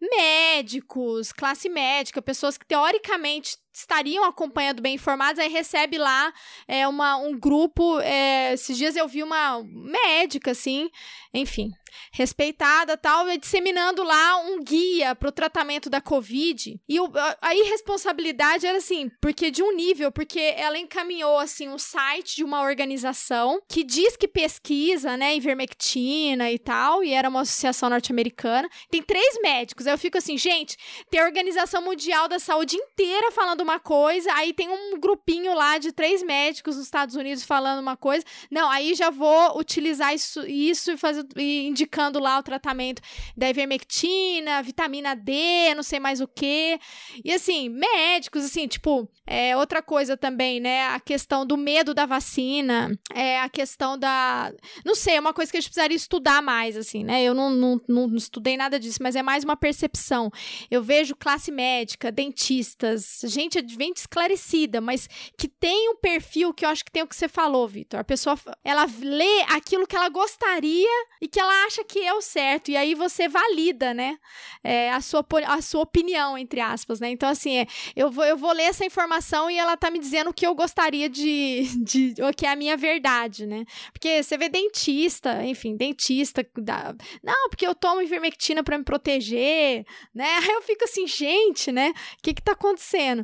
Speaker 3: médicos, classe médica, pessoas que teoricamente estariam acompanhando bem informados, aí recebe lá um grupo, esses dias eu vi uma médica, assim, enfim, respeitada, tal, disseminando lá um guia para o tratamento da Covid, e a irresponsabilidade era assim, porque ela encaminhou, assim, um site de uma organização que diz que pesquisa, né, ivermectina e tal, e era uma associação norte-americana, tem 3 médicos, aí eu fico assim, gente, tem a Organização Mundial da Saúde inteira falando uma coisa, aí tem um grupinho lá de 3 médicos nos Estados Unidos falando uma coisa, não, aí já vou utilizar isso e indicando lá o tratamento da ivermectina, vitamina D, não sei mais o que, e assim, médicos, assim, tipo, outra coisa também, né, a questão do medo da vacina, a questão não sei, é uma coisa que a gente precisaria estudar mais, assim, né, eu não estudei nada disso, mas é mais uma percepção. Eu vejo classe médica, dentistas, gente esclarecida, mas que tem um perfil que eu acho que tem o que você falou, Vitor. A pessoa, ela lê aquilo que ela gostaria e que ela acha que é o certo, e aí você valida, né, a sua opinião, entre aspas, né, então assim, eu vou ler essa informação e ela tá me dizendo o que eu gostaria o que é a minha verdade, né, porque você vê dentista, não, porque eu tomo ivermectina pra me proteger, né, aí eu fico assim, gente, né, o que tá acontecendo?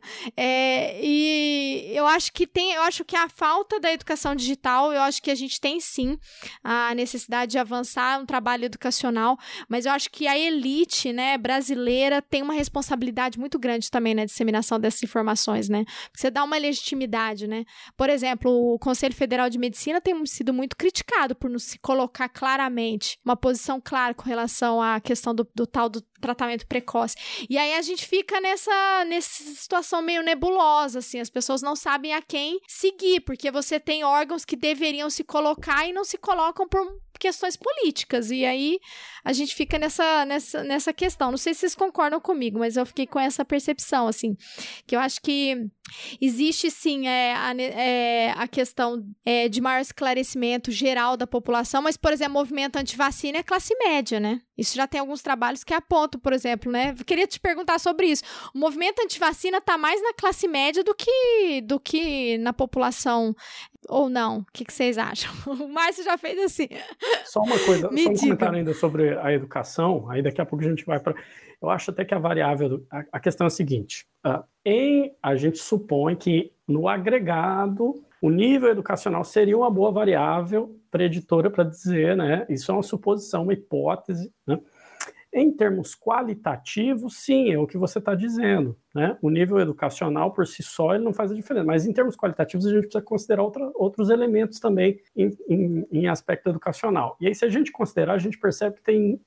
Speaker 3: E eu acho que a falta da educação digital, eu acho que a gente tem sim a necessidade de avançar um trabalho educacional, mas eu acho que a elite, né, brasileira tem uma responsabilidade muito grande também na disseminação dessas informações, né, porque você dá uma legitimidade, né, por exemplo, o Conselho Federal de Medicina tem sido muito criticado por não se colocar claramente, uma posição clara com relação à questão do tal do tratamento precoce, e aí a gente fica nessa situação meio nebulosa, assim, as pessoas não sabem a quem seguir, porque você tem órgãos que deveriam se colocar e não se colocam por questões políticas, e aí a gente fica nessa questão. Não sei se vocês concordam comigo, mas eu fiquei com essa percepção, assim, que eu acho que existe sim a questão de maior esclarecimento geral da população, mas, por exemplo, o movimento antivacina é classe média, né? Isso já tem alguns trabalhos que apontam, por exemplo, né? Eu queria te perguntar sobre isso. O movimento antivacina está mais na classe média do que na população, ou não? O que vocês acham? O Márcio já fez assim.
Speaker 4: Só uma coisa, só um comentário ainda sobre a educação, aí daqui a pouco a gente vai para... Eu acho até que a variável, a questão é a seguinte, a gente supõe que no agregado O nível educacional seria uma boa variável preditora para dizer, né? Isso é uma suposição, uma hipótese, né? Em termos qualitativos, sim, é o que você está dizendo, né? O nível educacional por si só ele não faz a diferença, mas em termos qualitativos a gente precisa considerar outros elementos também em aspecto educacional. E aí, se a gente considerar, a gente percebe que tem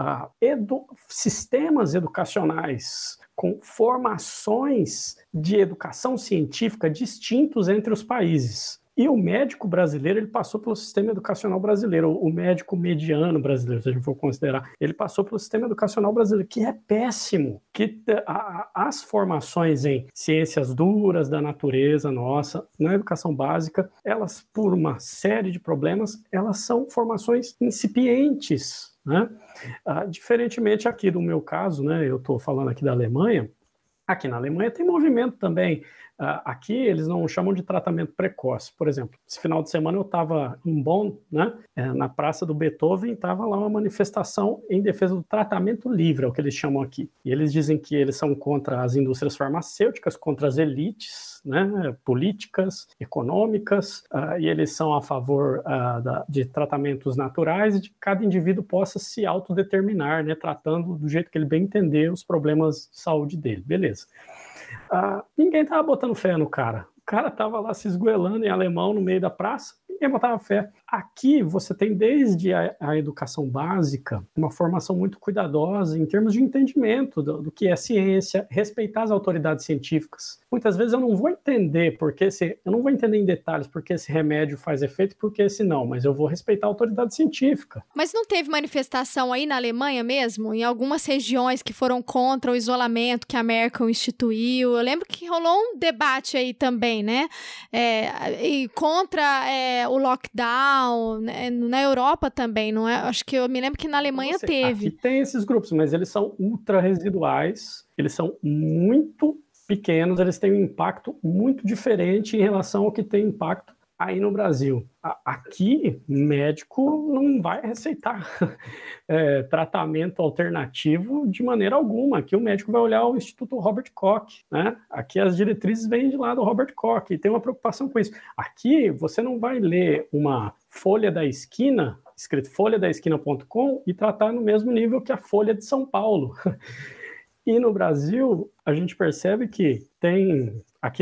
Speaker 4: sistemas educacionais com formações de educação científica distintos entre os países. E o médico brasileiro, ele passou pelo sistema educacional brasileiro, o médico mediano brasileiro, se a gente for considerar, ele passou pelo sistema educacional brasileiro, que é péssimo, que as formações em ciências duras da natureza nossa, na educação básica, elas, por uma série de problemas, elas são formações incipientes, né? Diferentemente aqui do meu caso, né, eu estou falando aqui da Alemanha, aqui na Alemanha tem movimento também. Aqui eles não chamam de tratamento precoce. Por exemplo, esse final de semana eu estava em Bonn, né, na Praça do Beethoven, estava lá uma manifestação em defesa do tratamento livre, é o que eles chamam aqui. E eles dizem que eles são contra as indústrias farmacêuticas, contra as elites, né, políticas, econômicas, e eles são a favor de tratamentos naturais e de que cada indivíduo possa se autodeterminar, né, tratando do jeito que ele bem entender os problemas de saúde dele. Beleza. Ninguém estava botando fé no cara. O cara estava lá se esgoelando em alemão no meio da praça, ninguém botava fé. Aqui você tem desde a educação básica uma formação muito cuidadosa em termos de entendimento do que é ciência, respeitar as autoridades científicas. Muitas vezes eu não vou entender eu não vou entender em detalhes porque esse remédio faz efeito e porque esse não, mas eu vou respeitar a autoridade científica.
Speaker 3: Mas não teve manifestação aí na Alemanha mesmo? Em algumas regiões que foram contra o isolamento que a Merkel instituiu? Eu lembro que rolou um debate aí também, né? E contra o lockdown, né? Na Europa também, não é? Acho que eu me lembro que na Alemanha teve.
Speaker 4: Aqui tem esses grupos, mas eles são ultra residuais, eles são muito pequenos, eles têm um impacto muito diferente em relação ao que tem impacto aí no Brasil. Aqui, médico não vai receitar tratamento alternativo de maneira alguma. Aqui o médico vai olhar o Instituto Robert Koch, né? Aqui as diretrizes vêm de lá do Robert Koch, e tem uma preocupação com isso. Aqui você não vai ler uma Folha da Esquina, escrito folhadaesquina.com, e tratar no mesmo nível que a Folha de São Paulo. E no Brasil, a gente percebe que tem...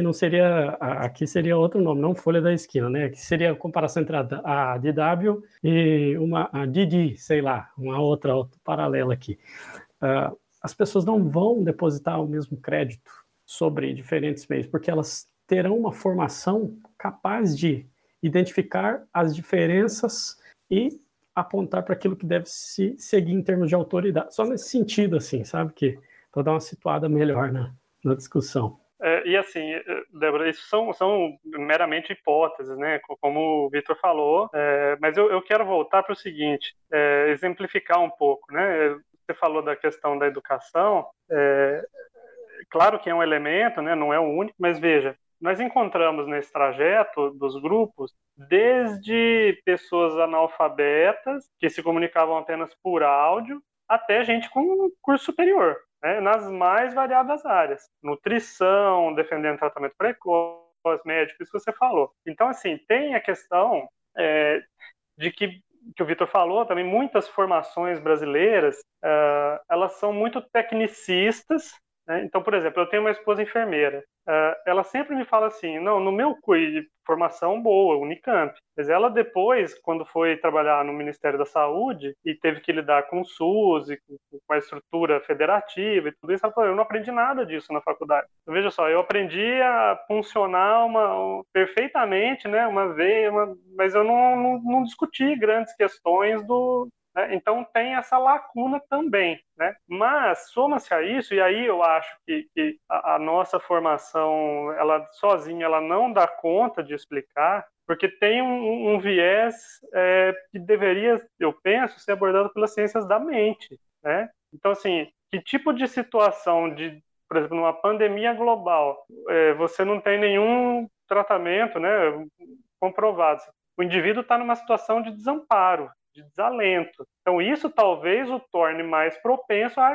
Speaker 4: Aqui seria outro nome, não Folha da Esquina, né? Aqui seria a comparação entre a DW e a Didi, sei lá, uma outra paralela aqui. As pessoas não vão depositar o mesmo crédito sobre diferentes meios, porque elas terão uma formação capaz de identificar as diferenças e apontar para aquilo que deve se seguir em termos de autoridade. Só nesse sentido, assim, sabe? Que para dar uma situada melhor na discussão.
Speaker 5: E assim, Débora, isso são meramente hipóteses, né? Como o Vitor falou, mas eu quero voltar para o seguinte, exemplificar um pouco, né? Você falou da questão da educação, claro que é um elemento, né? Não é o único, mas veja, nós encontramos nesse trajeto dos grupos desde pessoas analfabetas que se comunicavam apenas por áudio até gente com curso superior, né, nas mais variadas áreas. Nutrição, defendendo tratamento precoce, médico, isso que você falou. Então, assim, tem a questão de que o Vitor falou também, muitas formações brasileiras, elas são muito tecnicistas, né? Então, por exemplo, eu tenho uma esposa enfermeira, ela sempre me fala assim, não, no meu curso, formação boa, Unicamp, mas ela depois, quando foi trabalhar no Ministério da Saúde e teve que lidar com o SUS e com a estrutura federativa e tudo isso, ela falou, eu não aprendi nada disso na faculdade. Então, veja só, eu aprendi a funcionar perfeitamente, né, uma vez, mas eu não discuti grandes questões então tem essa lacuna também, né? Mas soma-se a isso, e aí eu acho que a nossa formação, ela sozinha, ela não dá conta de explicar, porque tem um viés que deveria, eu penso, ser abordado pelas ciências da mente, né? Então, assim, que tipo de situação por exemplo, numa pandemia global, você não tem nenhum tratamento, né, comprovado. O indivíduo está numa situação de desamparo, de desalento. Então, isso talvez o torne mais propenso a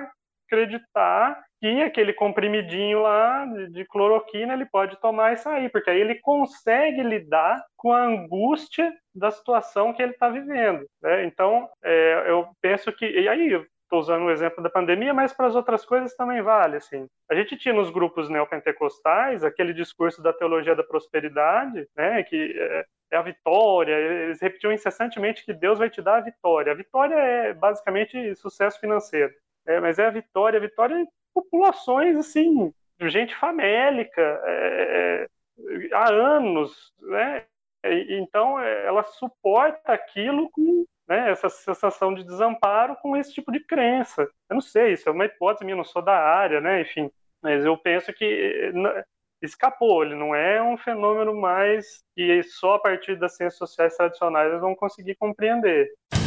Speaker 5: acreditar que aquele comprimidinho lá de cloroquina ele pode tomar e sair, porque aí ele consegue lidar com a angústia da situação que ele está vivendo, né? Então, eu penso que... E aí, eu estou usando o exemplo da pandemia, mas para as outras coisas também vale, assim. A gente tinha nos grupos neopentecostais aquele discurso da teologia da prosperidade, né, que é a vitória, eles repetiam incessantemente que Deus vai te dar a vitória. A vitória é basicamente sucesso financeiro, mas é a vitória em populações, assim, gente famélica, há anos, né? Então, ela suporta aquilo com, né, essa sensação de desamparo com esse tipo de crença. Eu não sei, isso é uma hipótese minha, não sou da área, né? Enfim, mas eu penso que escapou, ele não é um fenômeno mais que só a partir das ciências sociais tradicionais eles vão conseguir compreender.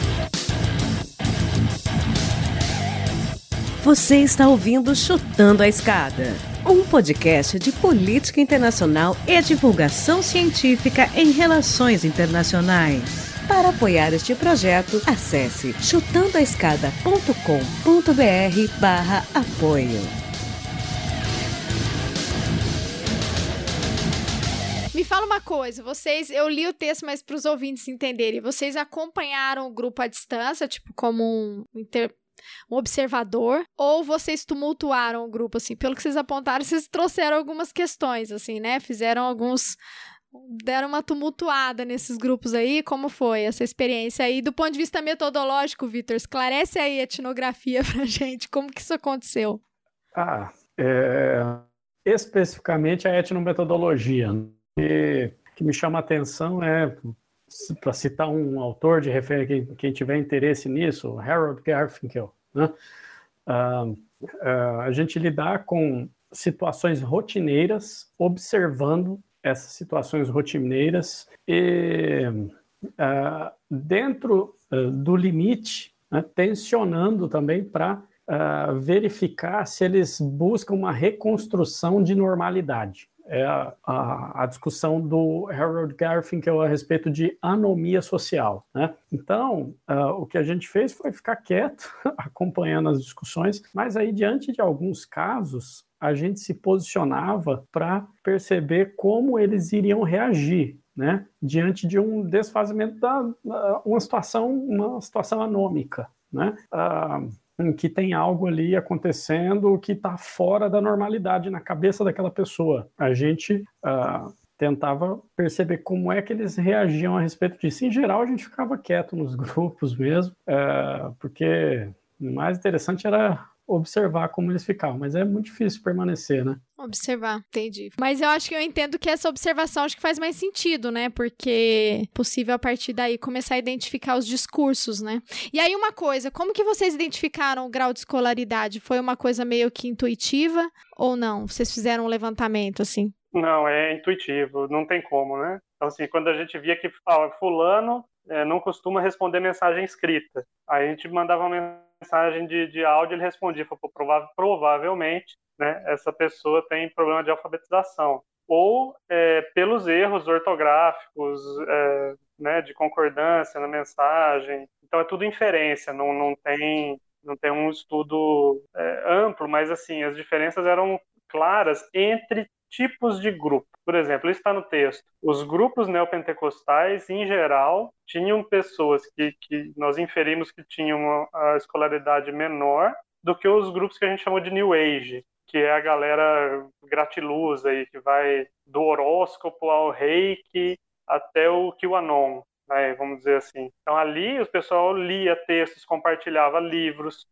Speaker 6: Você está ouvindo Chutando a Escada, um podcast de política internacional e divulgação científica em relações internacionais. Para apoiar este projeto, acesse chutandoaescada.com.br/apoio.
Speaker 3: Me fala uma coisa, eu li o texto, mas para os ouvintes entenderem, vocês acompanharam o grupo à distância, tipo como um observador, ou vocês tumultuaram o grupo, assim? Pelo que vocês apontaram, vocês trouxeram algumas questões, assim, né? Deram uma tumultuada nesses grupos aí. Como foi essa experiência aí? Do ponto de vista metodológico, Vitor, esclarece aí a etnografia pra gente, como que isso aconteceu?
Speaker 4: Especificamente a etnometodologia. Que me chama a atenção para citar um autor de referência, quem tiver interesse nisso, Harold Garfinkel, né? A gente lidar com situações rotineiras, observando essas situações rotineiras e dentro do limite, né, tensionando também para verificar se eles buscam uma reconstrução de normalidade. É a discussão do Harold Garfinkel a respeito de anomia social, né? Então, o que a gente fez foi ficar quieto, acompanhando as discussões, mas aí, diante de alguns casos, a gente se posicionava para perceber como eles iriam reagir, né? Diante de um desfazimento uma situação anômica, né? Em que tem algo ali acontecendo que está fora da normalidade na cabeça daquela pessoa. A gente tentava perceber como é que eles reagiam a respeito disso. Em geral, a gente ficava quieto nos grupos mesmo, porque o mais interessante era observar como eles ficavam, mas é muito difícil permanecer, né?
Speaker 3: Observar, entendi. Mas eu acho que eu entendo que essa observação acho que faz mais sentido, né? Porque é possível a partir daí começar a identificar os discursos, né? E aí uma coisa, como que vocês identificaram o grau de escolaridade? Foi uma coisa meio que intuitiva ou não? Vocês fizeram um levantamento, assim?
Speaker 5: Não, é intuitivo, não tem como, né? Então, assim, quando a gente via que fulano não costuma responder mensagem escrita, aí a gente mandava uma mensagem de áudio, ele respondia, provavelmente, né, essa pessoa tem problema de alfabetização. Ou pelos erros ortográficos, né, de concordância na mensagem. Então é tudo inferência, não tem um estudo amplo, mas assim, as diferenças eram claras entre tipos de grupo. Por exemplo, isso está no texto. Os grupos neopentecostais, em geral, tinham pessoas que nós inferimos que tinham a escolaridade menor do que os grupos que a gente chamou de New Age, que é a galera gratiluz aí, que vai do horóscopo ao reiki até o QAnon, né, vamos dizer assim. Então ali o pessoal lia textos, compartilhava livros,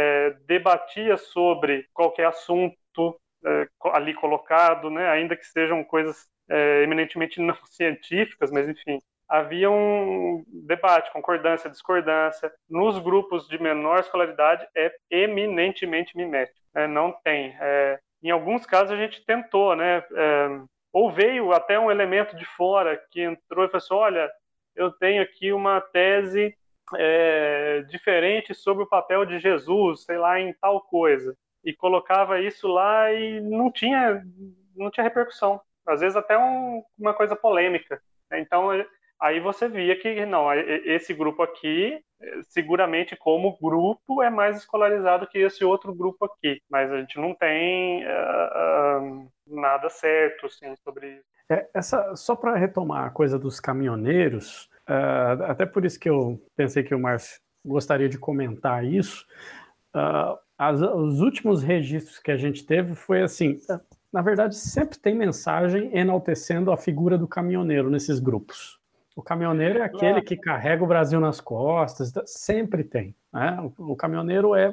Speaker 5: debatia sobre qualquer assunto ali colocado, né, ainda que sejam coisas eminentemente não científicas, mas enfim, havia um debate, concordância, discordância. Nos grupos de menor escolaridade é eminentemente mimético, não tem. Em alguns casos a gente tentou, né, ou veio até um elemento de fora que entrou e falou assim, olha, eu tenho aqui uma tese diferente sobre o papel de Jesus, sei lá, em tal coisa. E colocava isso lá e não tinha repercussão. Às vezes até uma coisa polêmica. Então, aí você via que, não, esse grupo aqui, seguramente como grupo, é mais escolarizado que esse outro grupo aqui. Mas a gente não tem nada certo, assim, sobre isso.
Speaker 4: Só para retomar a coisa dos caminhoneiros, até por isso que eu pensei que o Márcio gostaria de comentar isso. Os últimos registros que a gente teve foi assim, na verdade sempre tem mensagem enaltecendo a figura do caminhoneiro nesses grupos. O caminhoneiro é aquele que carrega o Brasil nas costas, sempre tem, né? O caminhoneiro é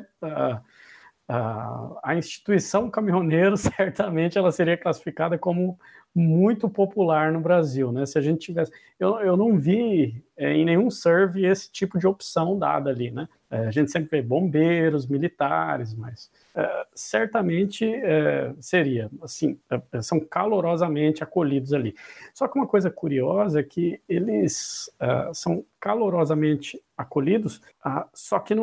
Speaker 4: a instituição caminhoneiro, certamente ela seria classificada como muito popular no Brasil, né? Se a gente tivesse, eu não vi em nenhum survey esse tipo de opção dada ali, né? A gente sempre vê bombeiros, militares, mas certamente seria, assim, são calorosamente acolhidos ali. Só que uma coisa curiosa é que eles são calorosamente acolhidos, só que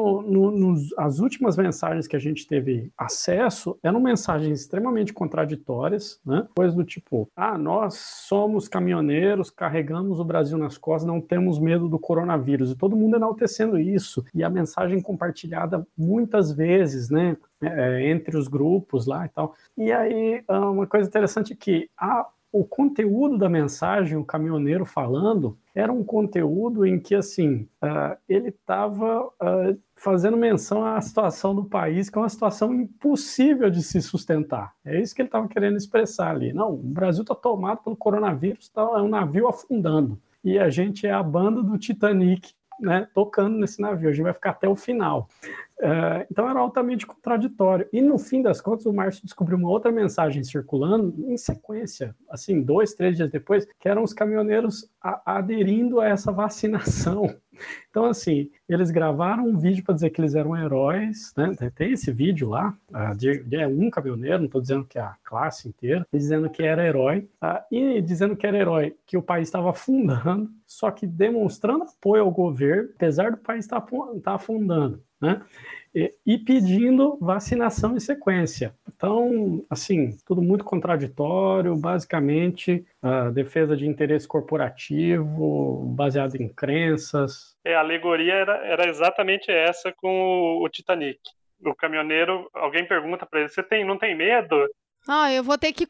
Speaker 4: as últimas mensagens que a gente teve acesso eram mensagens extremamente contraditórias, né? Coisas do tipo, nós somos caminhoneiros, carregamos o Brasil nas costas, não temos medo do coronavírus, e todo mundo enaltecendo isso, e a mensagem compartilhada muitas vezes, né, entre os grupos lá e tal. E aí, uma coisa interessante é que o conteúdo da mensagem, o caminhoneiro falando, era um conteúdo em que, assim, ele estava fazendo menção à situação do país, que é uma situação impossível de se sustentar. É isso que ele estava querendo expressar ali. Não, o Brasil está tomado pelo coronavírus, é um navio afundando. E a gente é a banda do Titanic, né, tocando nesse navio. A gente vai ficar até o final. Então era altamente contraditório. E no fim das contas, o Márcio descobriu uma outra mensagem circulando em sequência, assim, 2, 3 dias depois, que eram os caminhoneiros aderindo a essa vacinação. Então, assim, eles gravaram um vídeo para dizer que eles eram heróis, né? Tem esse vídeo lá, de um caminhoneiro, não estou dizendo que é a classe inteira, dizendo que era herói, e dizendo que era herói, que o país estava afundando, só que demonstrando apoio ao governo, apesar do país estar afundando, né? E pedindo vacinação em sequência. Então, assim, tudo muito contraditório, basicamente, defesa de interesse corporativo, baseado em crenças.
Speaker 5: A alegoria era exatamente essa com o Titanic. O caminhoneiro, alguém pergunta para ele, você não tem medo?
Speaker 3: Eu vou ter que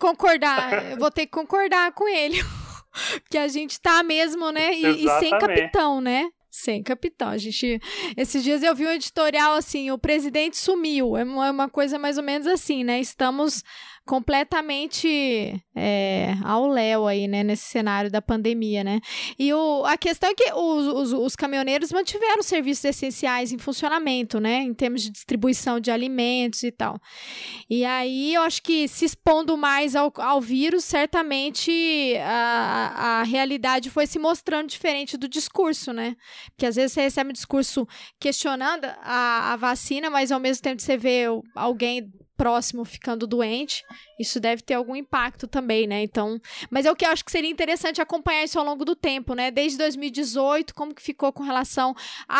Speaker 3: concordar com ele. Porque a gente tá mesmo, né? E sem capitão, né? Sem capitão. Esses dias eu vi um editorial assim, o presidente sumiu. É uma coisa mais ou menos assim, né? Estamos completamente ao léu aí, né? Nesse cenário da pandemia, né? E a questão é que os caminhoneiros mantiveram os serviços essenciais em funcionamento, né? Em termos de distribuição de alimentos e tal. E aí eu acho que se expondo mais ao vírus, certamente a realidade foi se mostrando diferente do discurso, né? Porque às vezes você recebe um discurso questionando a vacina, mas ao mesmo tempo você vê alguém próximo ficando doente, isso deve ter algum impacto também, né? Então, mas é o que eu acho que seria interessante acompanhar isso ao longo do tempo, né? Desde 2018, como que ficou com relação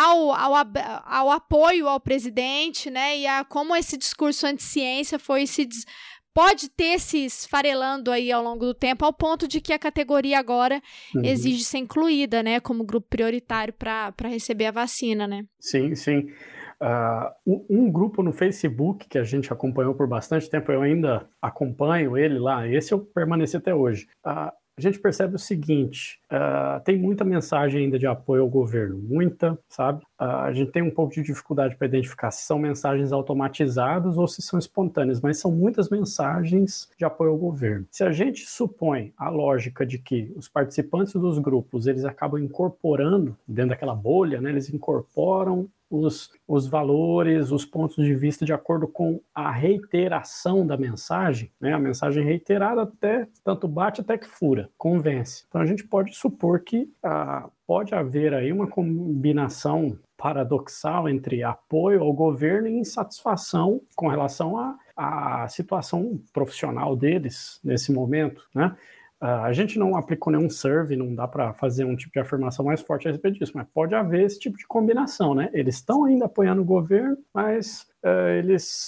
Speaker 3: ao apoio ao presidente, né? E como esse discurso anti-ciência pode ter se esfarelando aí ao longo do tempo, ao ponto de que a categoria agora exige ser incluída, né? Como grupo prioritário para receber a vacina, né?
Speaker 4: Sim, sim. Um grupo no Facebook que a gente acompanhou por bastante tempo, eu ainda acompanho ele lá, esse eu permaneci até hoje. A gente percebe o seguinte, tem muita mensagem ainda de apoio ao governo, muita, sabe? A gente tem um pouco de dificuldade para identificar se são mensagens automatizadas ou se são espontâneas, mas são muitas mensagens de apoio ao governo. Se a gente supõe a lógica de que os participantes dos grupos, eles acabam incorporando, dentro daquela bolha, né, eles incorporam os valores, os pontos de vista de acordo com a reiteração da mensagem, né? A mensagem reiterada tanto bate até que fura, convence. Então a gente pode supor que pode haver aí uma combinação paradoxal entre apoio ao governo e insatisfação com relação à situação profissional deles nesse momento, né? A gente não aplicou nenhum survey, não dá para fazer um tipo de afirmação mais forte a respeito disso, mas pode haver esse tipo de combinação, né? Eles estão ainda apoiando o governo, mas eles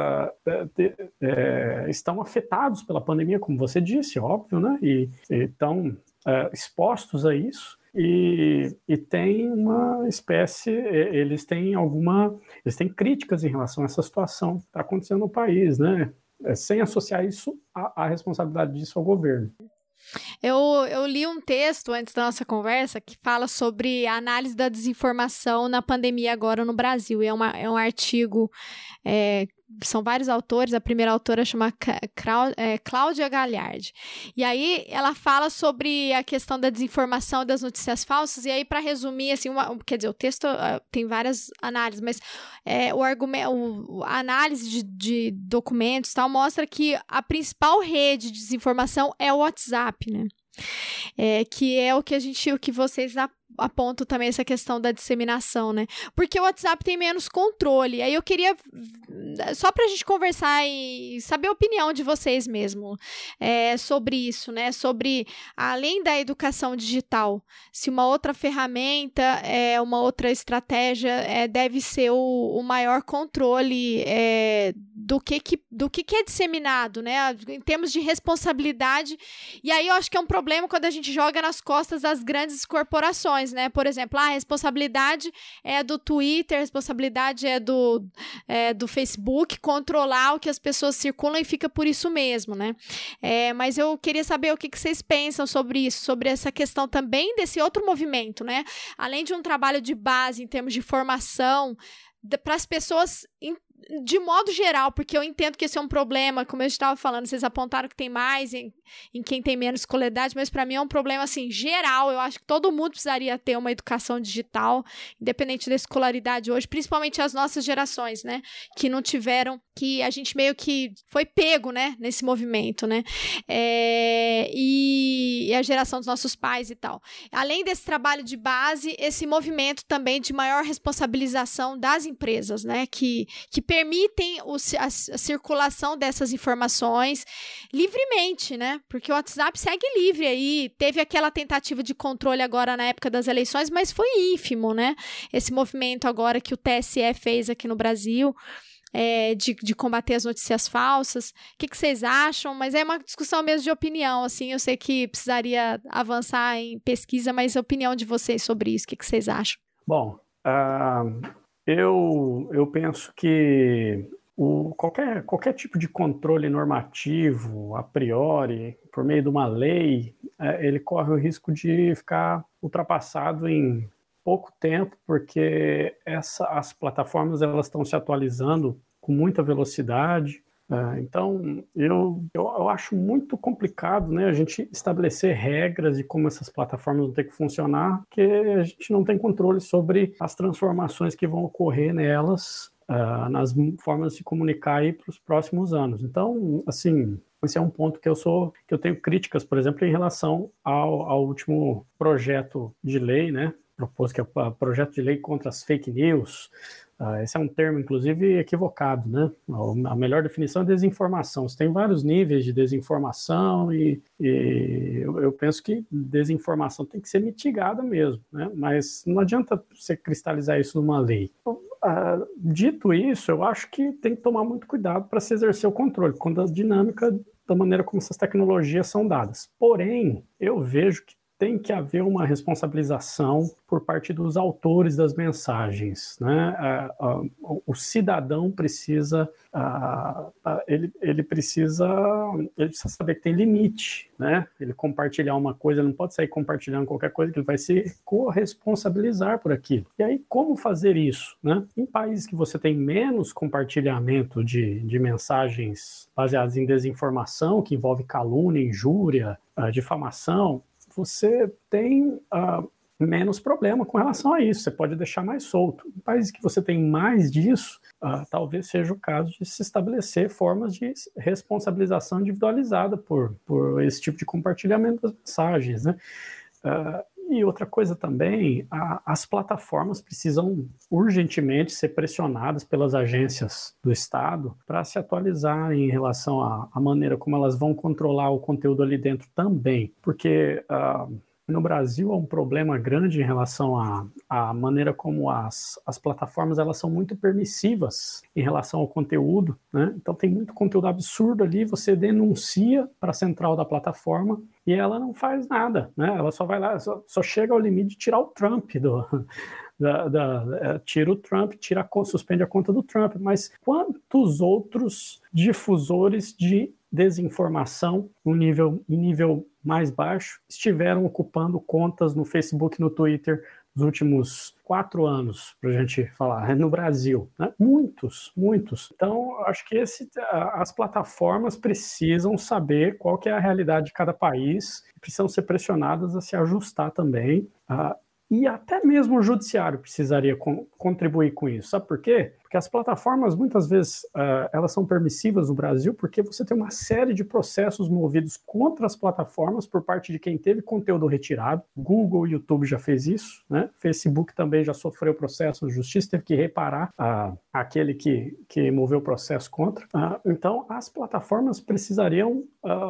Speaker 4: estão afetados pela pandemia, como você disse, óbvio, né? E estão expostos a isso. e tem uma espécie, eles têm críticas em relação a essa situação que está acontecendo no país, né? Sem associar isso, a responsabilidade disso ao governo.
Speaker 3: Eu li um texto antes da nossa conversa que fala sobre a análise da desinformação na pandemia agora no Brasil. E é um artigo, são vários autores, a primeira autora chama Cláudia Gagliardi. E aí ela fala sobre a questão da desinformação e das notícias falsas, e aí para resumir, assim, quer dizer, o texto tem várias análises, mas a análise de documentos tal, mostra que a principal rede de desinformação é o WhatsApp, né? Que é o que vocês apontam também, essa questão da disseminação, né? Porque o WhatsApp tem menos controle. Aí eu queria, só pra gente conversar e saber a opinião de vocês mesmo sobre isso, né? Sobre, além da educação digital, se uma outra ferramenta, uma outra estratégia deve ser o maior controle do que é disseminado, né? Em termos de responsabilidade. E aí eu acho que é um problema quando a gente joga nas costas das grandes corporações, né? Por exemplo, a responsabilidade é do Twitter, a responsabilidade é do Facebook controlar o que as pessoas circulam e fica por isso mesmo, né? Mas eu queria saber o que vocês pensam sobre isso, sobre essa questão também desse outro movimento, né? Além de um trabalho de base em termos de formação para as pessoas de modo geral, porque eu entendo que esse é um problema, como eu estava falando, vocês apontaram que tem mais em quem tem menos escolaridade, mas para mim é um problema, assim, geral. Eu acho que todo mundo precisaria ter uma educação digital, independente da escolaridade hoje, principalmente as nossas gerações, né, que não tiveram, que a gente meio que foi pego, né, nesse movimento, né, e a geração dos nossos pais e tal. Além desse trabalho de base, esse movimento também de maior responsabilização das empresas, né, que permitem a circulação dessas informações livremente, né? Porque o WhatsApp segue livre aí. Teve aquela tentativa de controle agora na época das eleições, mas foi ínfimo, né? Esse movimento agora que o TSE fez aqui no Brasil, de combater as notícias falsas. O que vocês acham? Mas é uma discussão mesmo de opinião, assim. Eu sei que precisaria avançar em pesquisa, mas a opinião de vocês sobre isso, o que vocês acham?
Speaker 4: Bom, eu penso que qualquer tipo de controle normativo, a priori, por meio de uma lei, ele corre o risco de ficar ultrapassado em pouco tempo, porque as plataformas elas estão se atualizando com muita velocidade. Então, eu acho muito complicado, né, a gente estabelecer regras de como essas plataformas vão ter que funcionar, porque a gente não tem controle sobre as transformações que vão ocorrer nelas, nas formas de se comunicar aí para os próximos anos. Então, assim, esse é um ponto que eu tenho críticas, por exemplo, em relação ao último projeto de lei, né, proposto, que é o projeto de lei contra as fake news. Esse é um termo, inclusive, equivocado, né? A melhor definição é desinformação. Você tem vários níveis de desinformação e eu penso que desinformação tem que ser mitigada mesmo, né? Mas não adianta você cristalizar isso numa lei. Dito isso, eu acho que tem que tomar muito cuidado para se exercer o controle, quando a dinâmica da maneira como essas tecnologias são dadas. Porém, eu vejo que tem que haver uma responsabilização por parte dos autores das mensagens, né? O cidadão precisa, ele precisa saber que tem limite, né? Ele compartilhar uma coisa, ele não pode sair compartilhando qualquer coisa, que ele vai se corresponsabilizar por aquilo. E aí, como fazer isso, né? Em países que você tem menos compartilhamento de mensagens baseadas em desinformação, que envolve calúnia, injúria, difamação, você tem menos problema com relação a isso, você pode deixar mais solto. Em países que você tem mais disso, talvez seja o caso de se estabelecer formas de responsabilização individualizada por esse tipo de compartilhamento das mensagens, né? E outra coisa também, as plataformas precisam urgentemente ser pressionadas pelas agências do Estado para se atualizar em relação à maneira como elas vão controlar o conteúdo ali dentro também, porque no Brasil há um problema grande em relação à maneira como as plataformas elas são muito permissivas em relação ao conteúdo, né? Então tem muito conteúdo absurdo ali, você denuncia para a central da plataforma e ela não faz nada, né? Ela só vai lá, só chega ao limite de tirar o Trump tira o Trump, suspende a conta do Trump, mas quantos outros difusores de desinformação em nível mais baixo estiveram ocupando contas no Facebook, no Twitter nos últimos 4 anos, para a gente falar, no Brasil, né? Muitos. Então, acho que as plataformas precisam saber qual que é a realidade de cada país, precisam ser pressionadas a se ajustar também. E até mesmo o judiciário precisaria contribuir com isso. Sabe por quê? Porque as plataformas, muitas vezes, elas são permissivas no Brasil porque você tem uma série de processos movidos contra as plataformas por parte de quem teve conteúdo retirado. Google e YouTube já fez isso, né? Facebook também já sofreu processo na justiça, teve que reparar aquele que moveu o processo contra. Então, as plataformas precisariam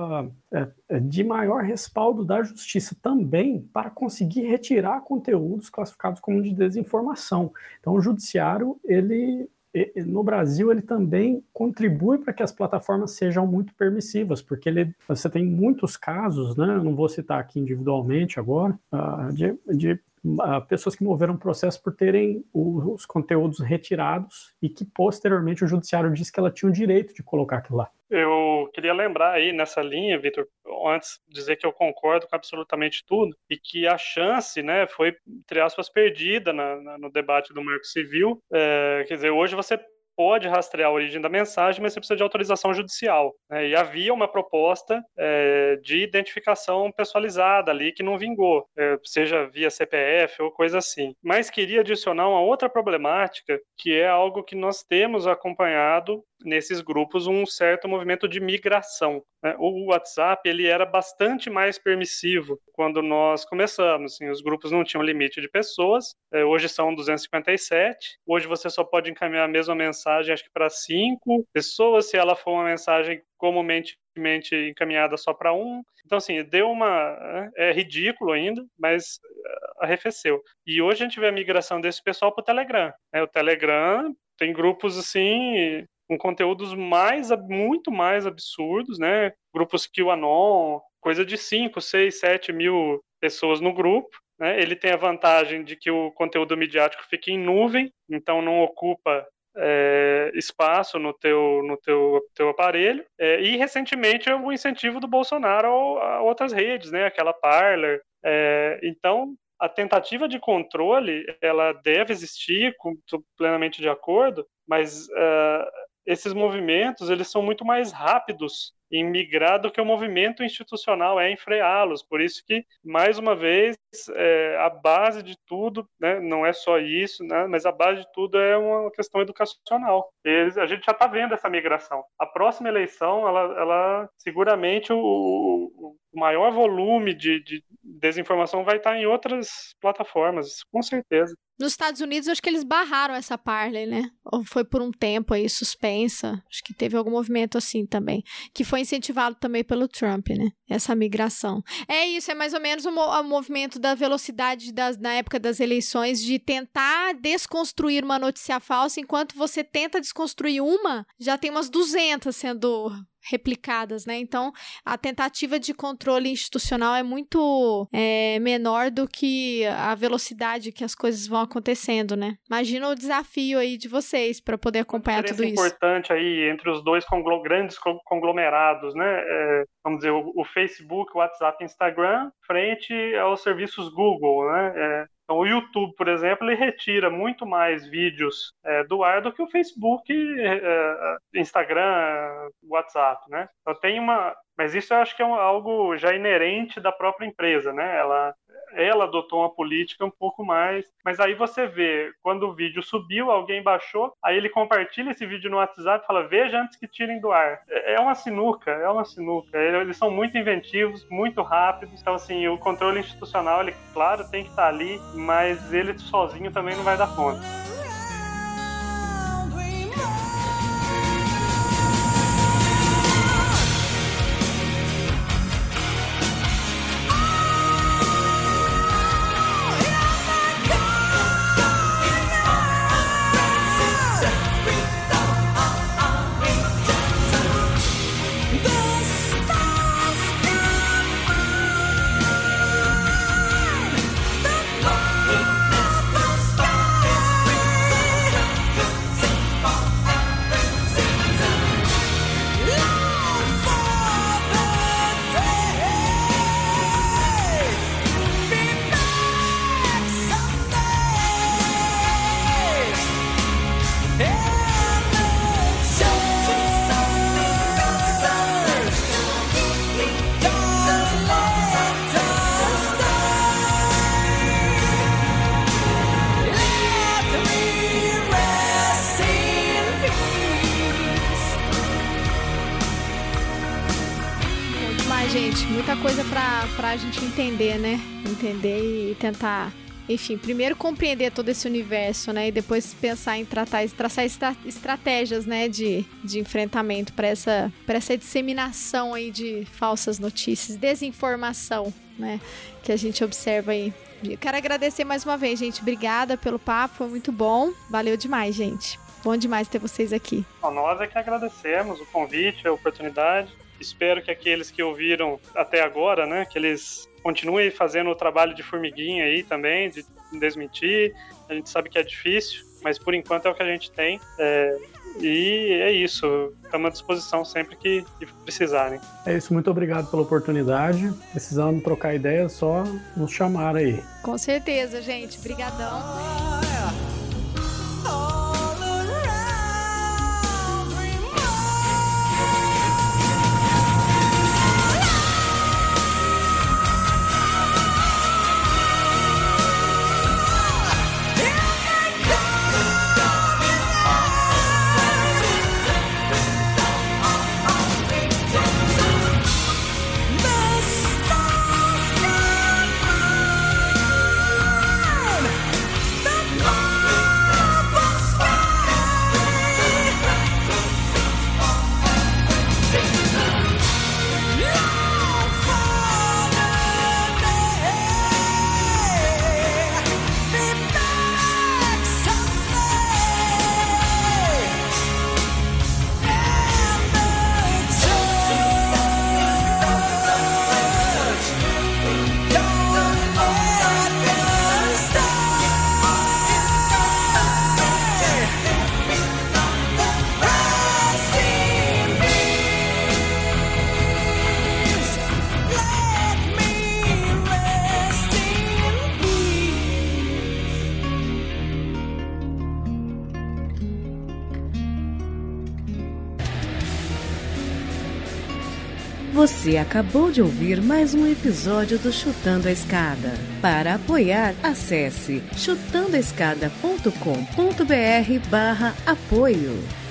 Speaker 4: de maior respaldo da justiça também para conseguir retirar conteúdos classificados como de desinformação. Então, o judiciário, no Brasil, ele também contribui para que as plataformas sejam muito permissivas, porque você tem muitos casos, né? Eu não vou citar aqui individualmente agora, de pessoas que moveram processo por terem os conteúdos retirados e que posteriormente o judiciário disse que ela tinha o direito de colocar aquilo lá.
Speaker 5: Eu queria lembrar aí nessa linha, Vitor, antes de dizer que eu concordo com absolutamente tudo e que a chance, né, foi, entre aspas, perdida no debate do Marco Civil. Quer dizer, hoje você pode rastrear a origem da mensagem, mas você precisa de autorização judicial, né? E havia uma proposta de identificação pessoalizada ali que não vingou, seja via CPF ou coisa assim. Mas queria adicionar uma outra problemática, que é algo que nós temos acompanhado nesses grupos, um certo movimento de migração. O WhatsApp ele era bastante mais permissivo quando nós começamos. Assim, os grupos não tinham limite de pessoas, hoje são 257. Hoje você só pode encaminhar a mesma mensagem, acho que para 5 pessoas, se ela for uma mensagem comumente encaminhada só para um. Então, assim, é ridículo ainda, mas arrefeceu. E hoje a gente vê a migração desse pessoal para o Telegram. O Telegram tem grupos assim, com conteúdos muito mais absurdos, né? Grupos QAnon, coisa de 5, 6, 7 mil pessoas no grupo, né? Ele tem a vantagem de que o conteúdo midiático fica em nuvem, então não ocupa espaço no teu aparelho. E recentemente o incentivo do Bolsonaro a outras redes, né? Aquela Parler. Então, a tentativa de controle, ela deve existir, estou plenamente de acordo, mas esses movimentos, eles são muito mais rápidos em migrar do que o movimento institucional em freá-los. Por isso que, mais uma vez, a base de tudo, né, não é só isso, né, mas a base de tudo é uma questão educacional. A gente já está vendo essa migração. A próxima eleição, ela seguramente o maior volume de desinformação vai estar em outras plataformas, com certeza.
Speaker 3: Nos Estados Unidos, acho que eles barraram essa Parler, né? Ou foi por um tempo aí suspensa. Acho que teve algum movimento assim também. Que foi incentivado também pelo Trump, né? Essa migração. É isso, é mais ou menos o movimento da velocidade na época das eleições de tentar desconstruir uma notícia falsa. Enquanto você tenta desconstruir uma, já tem umas 200 sendo replicadas, né? Então, a tentativa de controle institucional é muito menor do que a velocidade que as coisas vão acontecendo, né? Imagina o desafio aí de vocês para poder acompanhar tudo isso.
Speaker 5: Importante aí entre os dois grandes conglomerados, né? Vamos dizer, o Facebook, o WhatsApp e o Instagram, frente aos serviços Google, né? Então, o YouTube, por exemplo, ele retira muito mais vídeos do ar do que o Facebook, Instagram, WhatsApp, né? Então, mas isso eu acho que é algo já inerente da própria empresa, né? Ela adotou uma política um pouco mais... Mas aí você vê, quando o vídeo subiu, alguém baixou, aí ele compartilha esse vídeo no WhatsApp e fala, veja antes que tirem do ar. É uma sinuca. Eles são muito inventivos, muito rápidos. Então, assim, o controle institucional, ele, claro, tem que estar ali, mas ele sozinho também não vai dar conta.
Speaker 3: coisa pra gente entender, né? Entender e tentar, enfim, primeiro compreender todo esse universo, né? E depois pensar em traçar estratégias, né? De enfrentamento para essa disseminação aí de falsas notícias, desinformação, né? Que a gente observa aí. Eu quero agradecer mais uma vez, gente. Obrigada pelo papo, foi muito bom. Valeu demais, gente. Bom demais ter vocês aqui.
Speaker 5: Nós é que agradecemos o convite, a oportunidade. Espero que aqueles que ouviram até agora, né, que eles continuem fazendo o trabalho de formiguinha aí também, de desmentir. A gente sabe que é difícil, mas por enquanto é o que a gente tem. E é isso, estamos à disposição sempre que precisarem.
Speaker 4: É isso, muito obrigado pela oportunidade. Precisando trocar ideias, só nos chamar aí.
Speaker 3: Com certeza, gente. Brigadão.
Speaker 6: Você acabou de ouvir mais um episódio do Chutando a Escada. Para apoiar, acesse chutandoaescada.com.br/apoio.